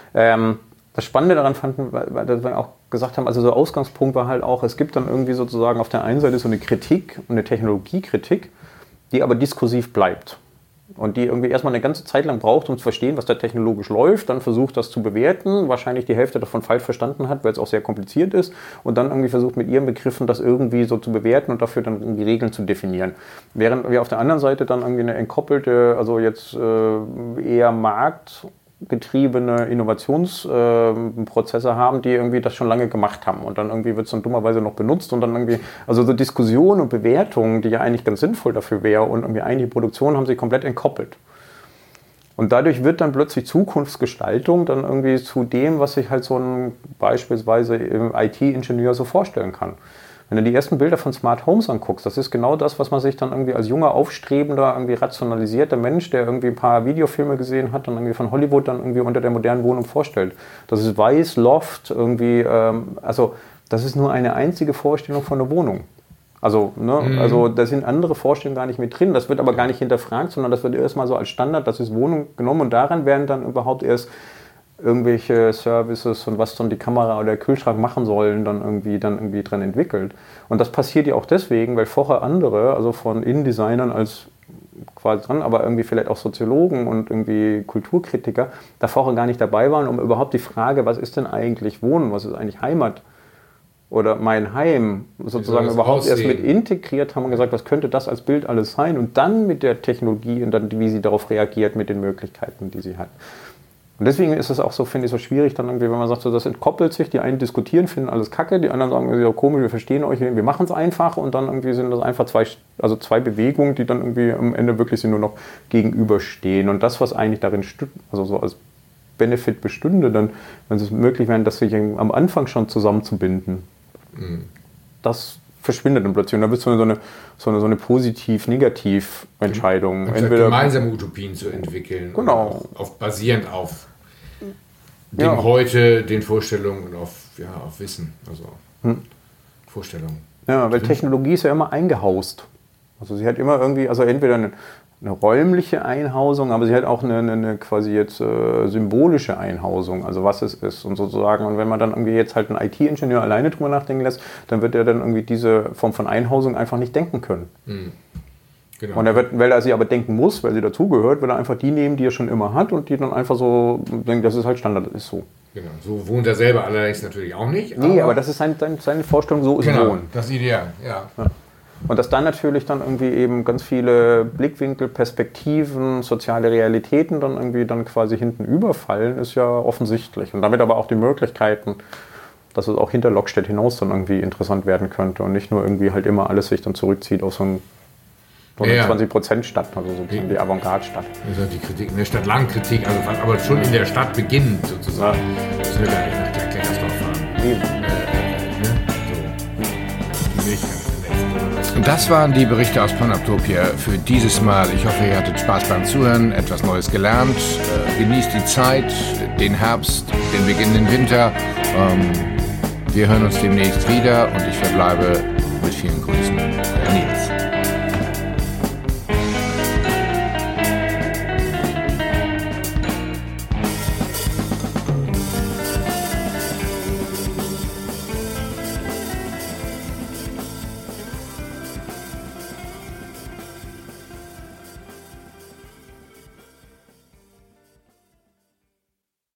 Das Spannende daran fanden, weil wir auch gesagt haben, also so Ausgangspunkt war halt auch, es gibt dann irgendwie sozusagen auf der einen Seite so eine Kritik, eine Technologiekritik, die aber diskursiv bleibt. Und die irgendwie erstmal eine ganze Zeit lang braucht, um zu verstehen, was da technologisch läuft, dann versucht das zu bewerten, wahrscheinlich die Hälfte davon falsch verstanden hat, weil es auch sehr kompliziert ist und dann irgendwie versucht mit ihren Begriffen das irgendwie so zu bewerten und dafür dann irgendwie Regeln zu definieren. Während wir auf der anderen Seite dann irgendwie eine entkoppelte, also jetzt eher marktgetriebene Innovationsprozesse haben, die irgendwie das schon lange gemacht haben und dann irgendwie wird es dann dummerweise noch benutzt und dann irgendwie, also so Diskussion und Bewertung, die ja eigentlich ganz sinnvoll dafür wäre und irgendwie eigentlich die Produktion haben sie komplett entkoppelt. Und dadurch wird dann plötzlich Zukunftsgestaltung dann irgendwie zu dem, was sich halt so ein beispielsweise IT-Ingenieur so vorstellen kann. Wenn du die ersten Bilder von Smart Homes anguckst, das ist genau das, was man sich dann irgendwie als junger, aufstrebender, irgendwie rationalisierter Mensch, der irgendwie ein paar Videofilme gesehen hat, dann irgendwie von Hollywood dann irgendwie unter der modernen Wohnung vorstellt. Das ist weiß, Loft, irgendwie, also das ist nur eine einzige Vorstellung von einer Wohnung. Also, also da sind andere Vorstellungen gar nicht mit drin, das wird aber gar nicht hinterfragt, sondern das wird erstmal so als Standard, das ist Wohnung genommen und daran werden dann überhaupt erst irgendwelche Services und was dann die Kamera oder der Kühlschrank machen sollen, dann irgendwie dran entwickelt. Und das passiert ja auch deswegen, weil vorher andere, also von Innendesignern als quasi dran, aber irgendwie vielleicht auch Soziologen und irgendwie Kulturkritiker, da vorher gar nicht dabei waren, um überhaupt die Frage, was ist denn eigentlich Wohnen, was ist eigentlich Heimat oder mein Heim, sozusagen überhaupt erst mit integriert haben und gesagt, was könnte das als Bild alles sein und dann mit der Technologie und dann, wie sie darauf reagiert, mit den Möglichkeiten, die sie hat. Und deswegen ist es auch so, finde ich, so schwierig, dann irgendwie, wenn man sagt, so, das entkoppelt sich, die einen diskutieren, finden alles kacke, die anderen sagen, ja, komisch, wir verstehen euch, wir machen es einfach und dann irgendwie sind das einfach zwei Bewegungen, die dann irgendwie am Ende wirklich nur noch gegenüberstehen. Und das, was eigentlich darin also so als Benefit bestünde, dann, wenn es möglich wäre, das sich am Anfang schon zusammenzubinden, das verschwindet dann plötzlich. Und dann wird es so eine Positiv-Negativ-Entscheidung. Entweder gemeinsame Utopien zu entwickeln. Genau. Basierend auf dem Heute, den Vorstellungen und auf Wissen. Also Vorstellungen. Ja, weil Technologie ist ja immer eingehaust. Also sie hat immer irgendwie, also entweder eine räumliche Einhausung, aber sie hat auch eine quasi jetzt symbolische Einhausung, also was es ist und sozusagen. Und wenn man dann irgendwie jetzt halt einen IT-Ingenieur alleine drüber nachdenken lässt, dann wird er dann irgendwie diese Form von Einhausung einfach nicht denken können. Genau. Und weil er sie aber denken muss, weil sie dazugehört, will er einfach die nehmen, die er schon immer hat und die dann einfach so denken, das ist halt Standard, das ist so. Genau, so wohnt er selber allerdings natürlich auch nicht. Nee, aber das ist seine Vorstellung, so ist Wohnen. Das Ideal, ja. Und dass dann natürlich dann irgendwie eben ganz viele Blickwinkel, Perspektiven, soziale Realitäten dann irgendwie dann quasi hinten überfallen, ist ja offensichtlich. Und damit aber auch die Möglichkeiten, dass es auch hinter Lokstedt hinaus dann irgendwie interessant werden könnte und nicht nur irgendwie halt immer alles sich dann zurückzieht auf so ein 20% Stadt, also sozusagen die Avantgarde-Stadt. Das ist die Kritik, eine Stadt-Land-Kritik, also aber schon in der Stadt beginnend sozusagen. Ja. Das wird ja eigentlich nach der Kleckersdorf fahren. Und das waren die Berichte aus Panoptopia für dieses Mal. Ich hoffe, ihr hattet Spaß beim Zuhören, etwas Neues gelernt. Genießt die Zeit, den Herbst, den beginnenden Winter. Wir hören uns demnächst wieder und ich verbleibe mit vielen Grüßen. Nils.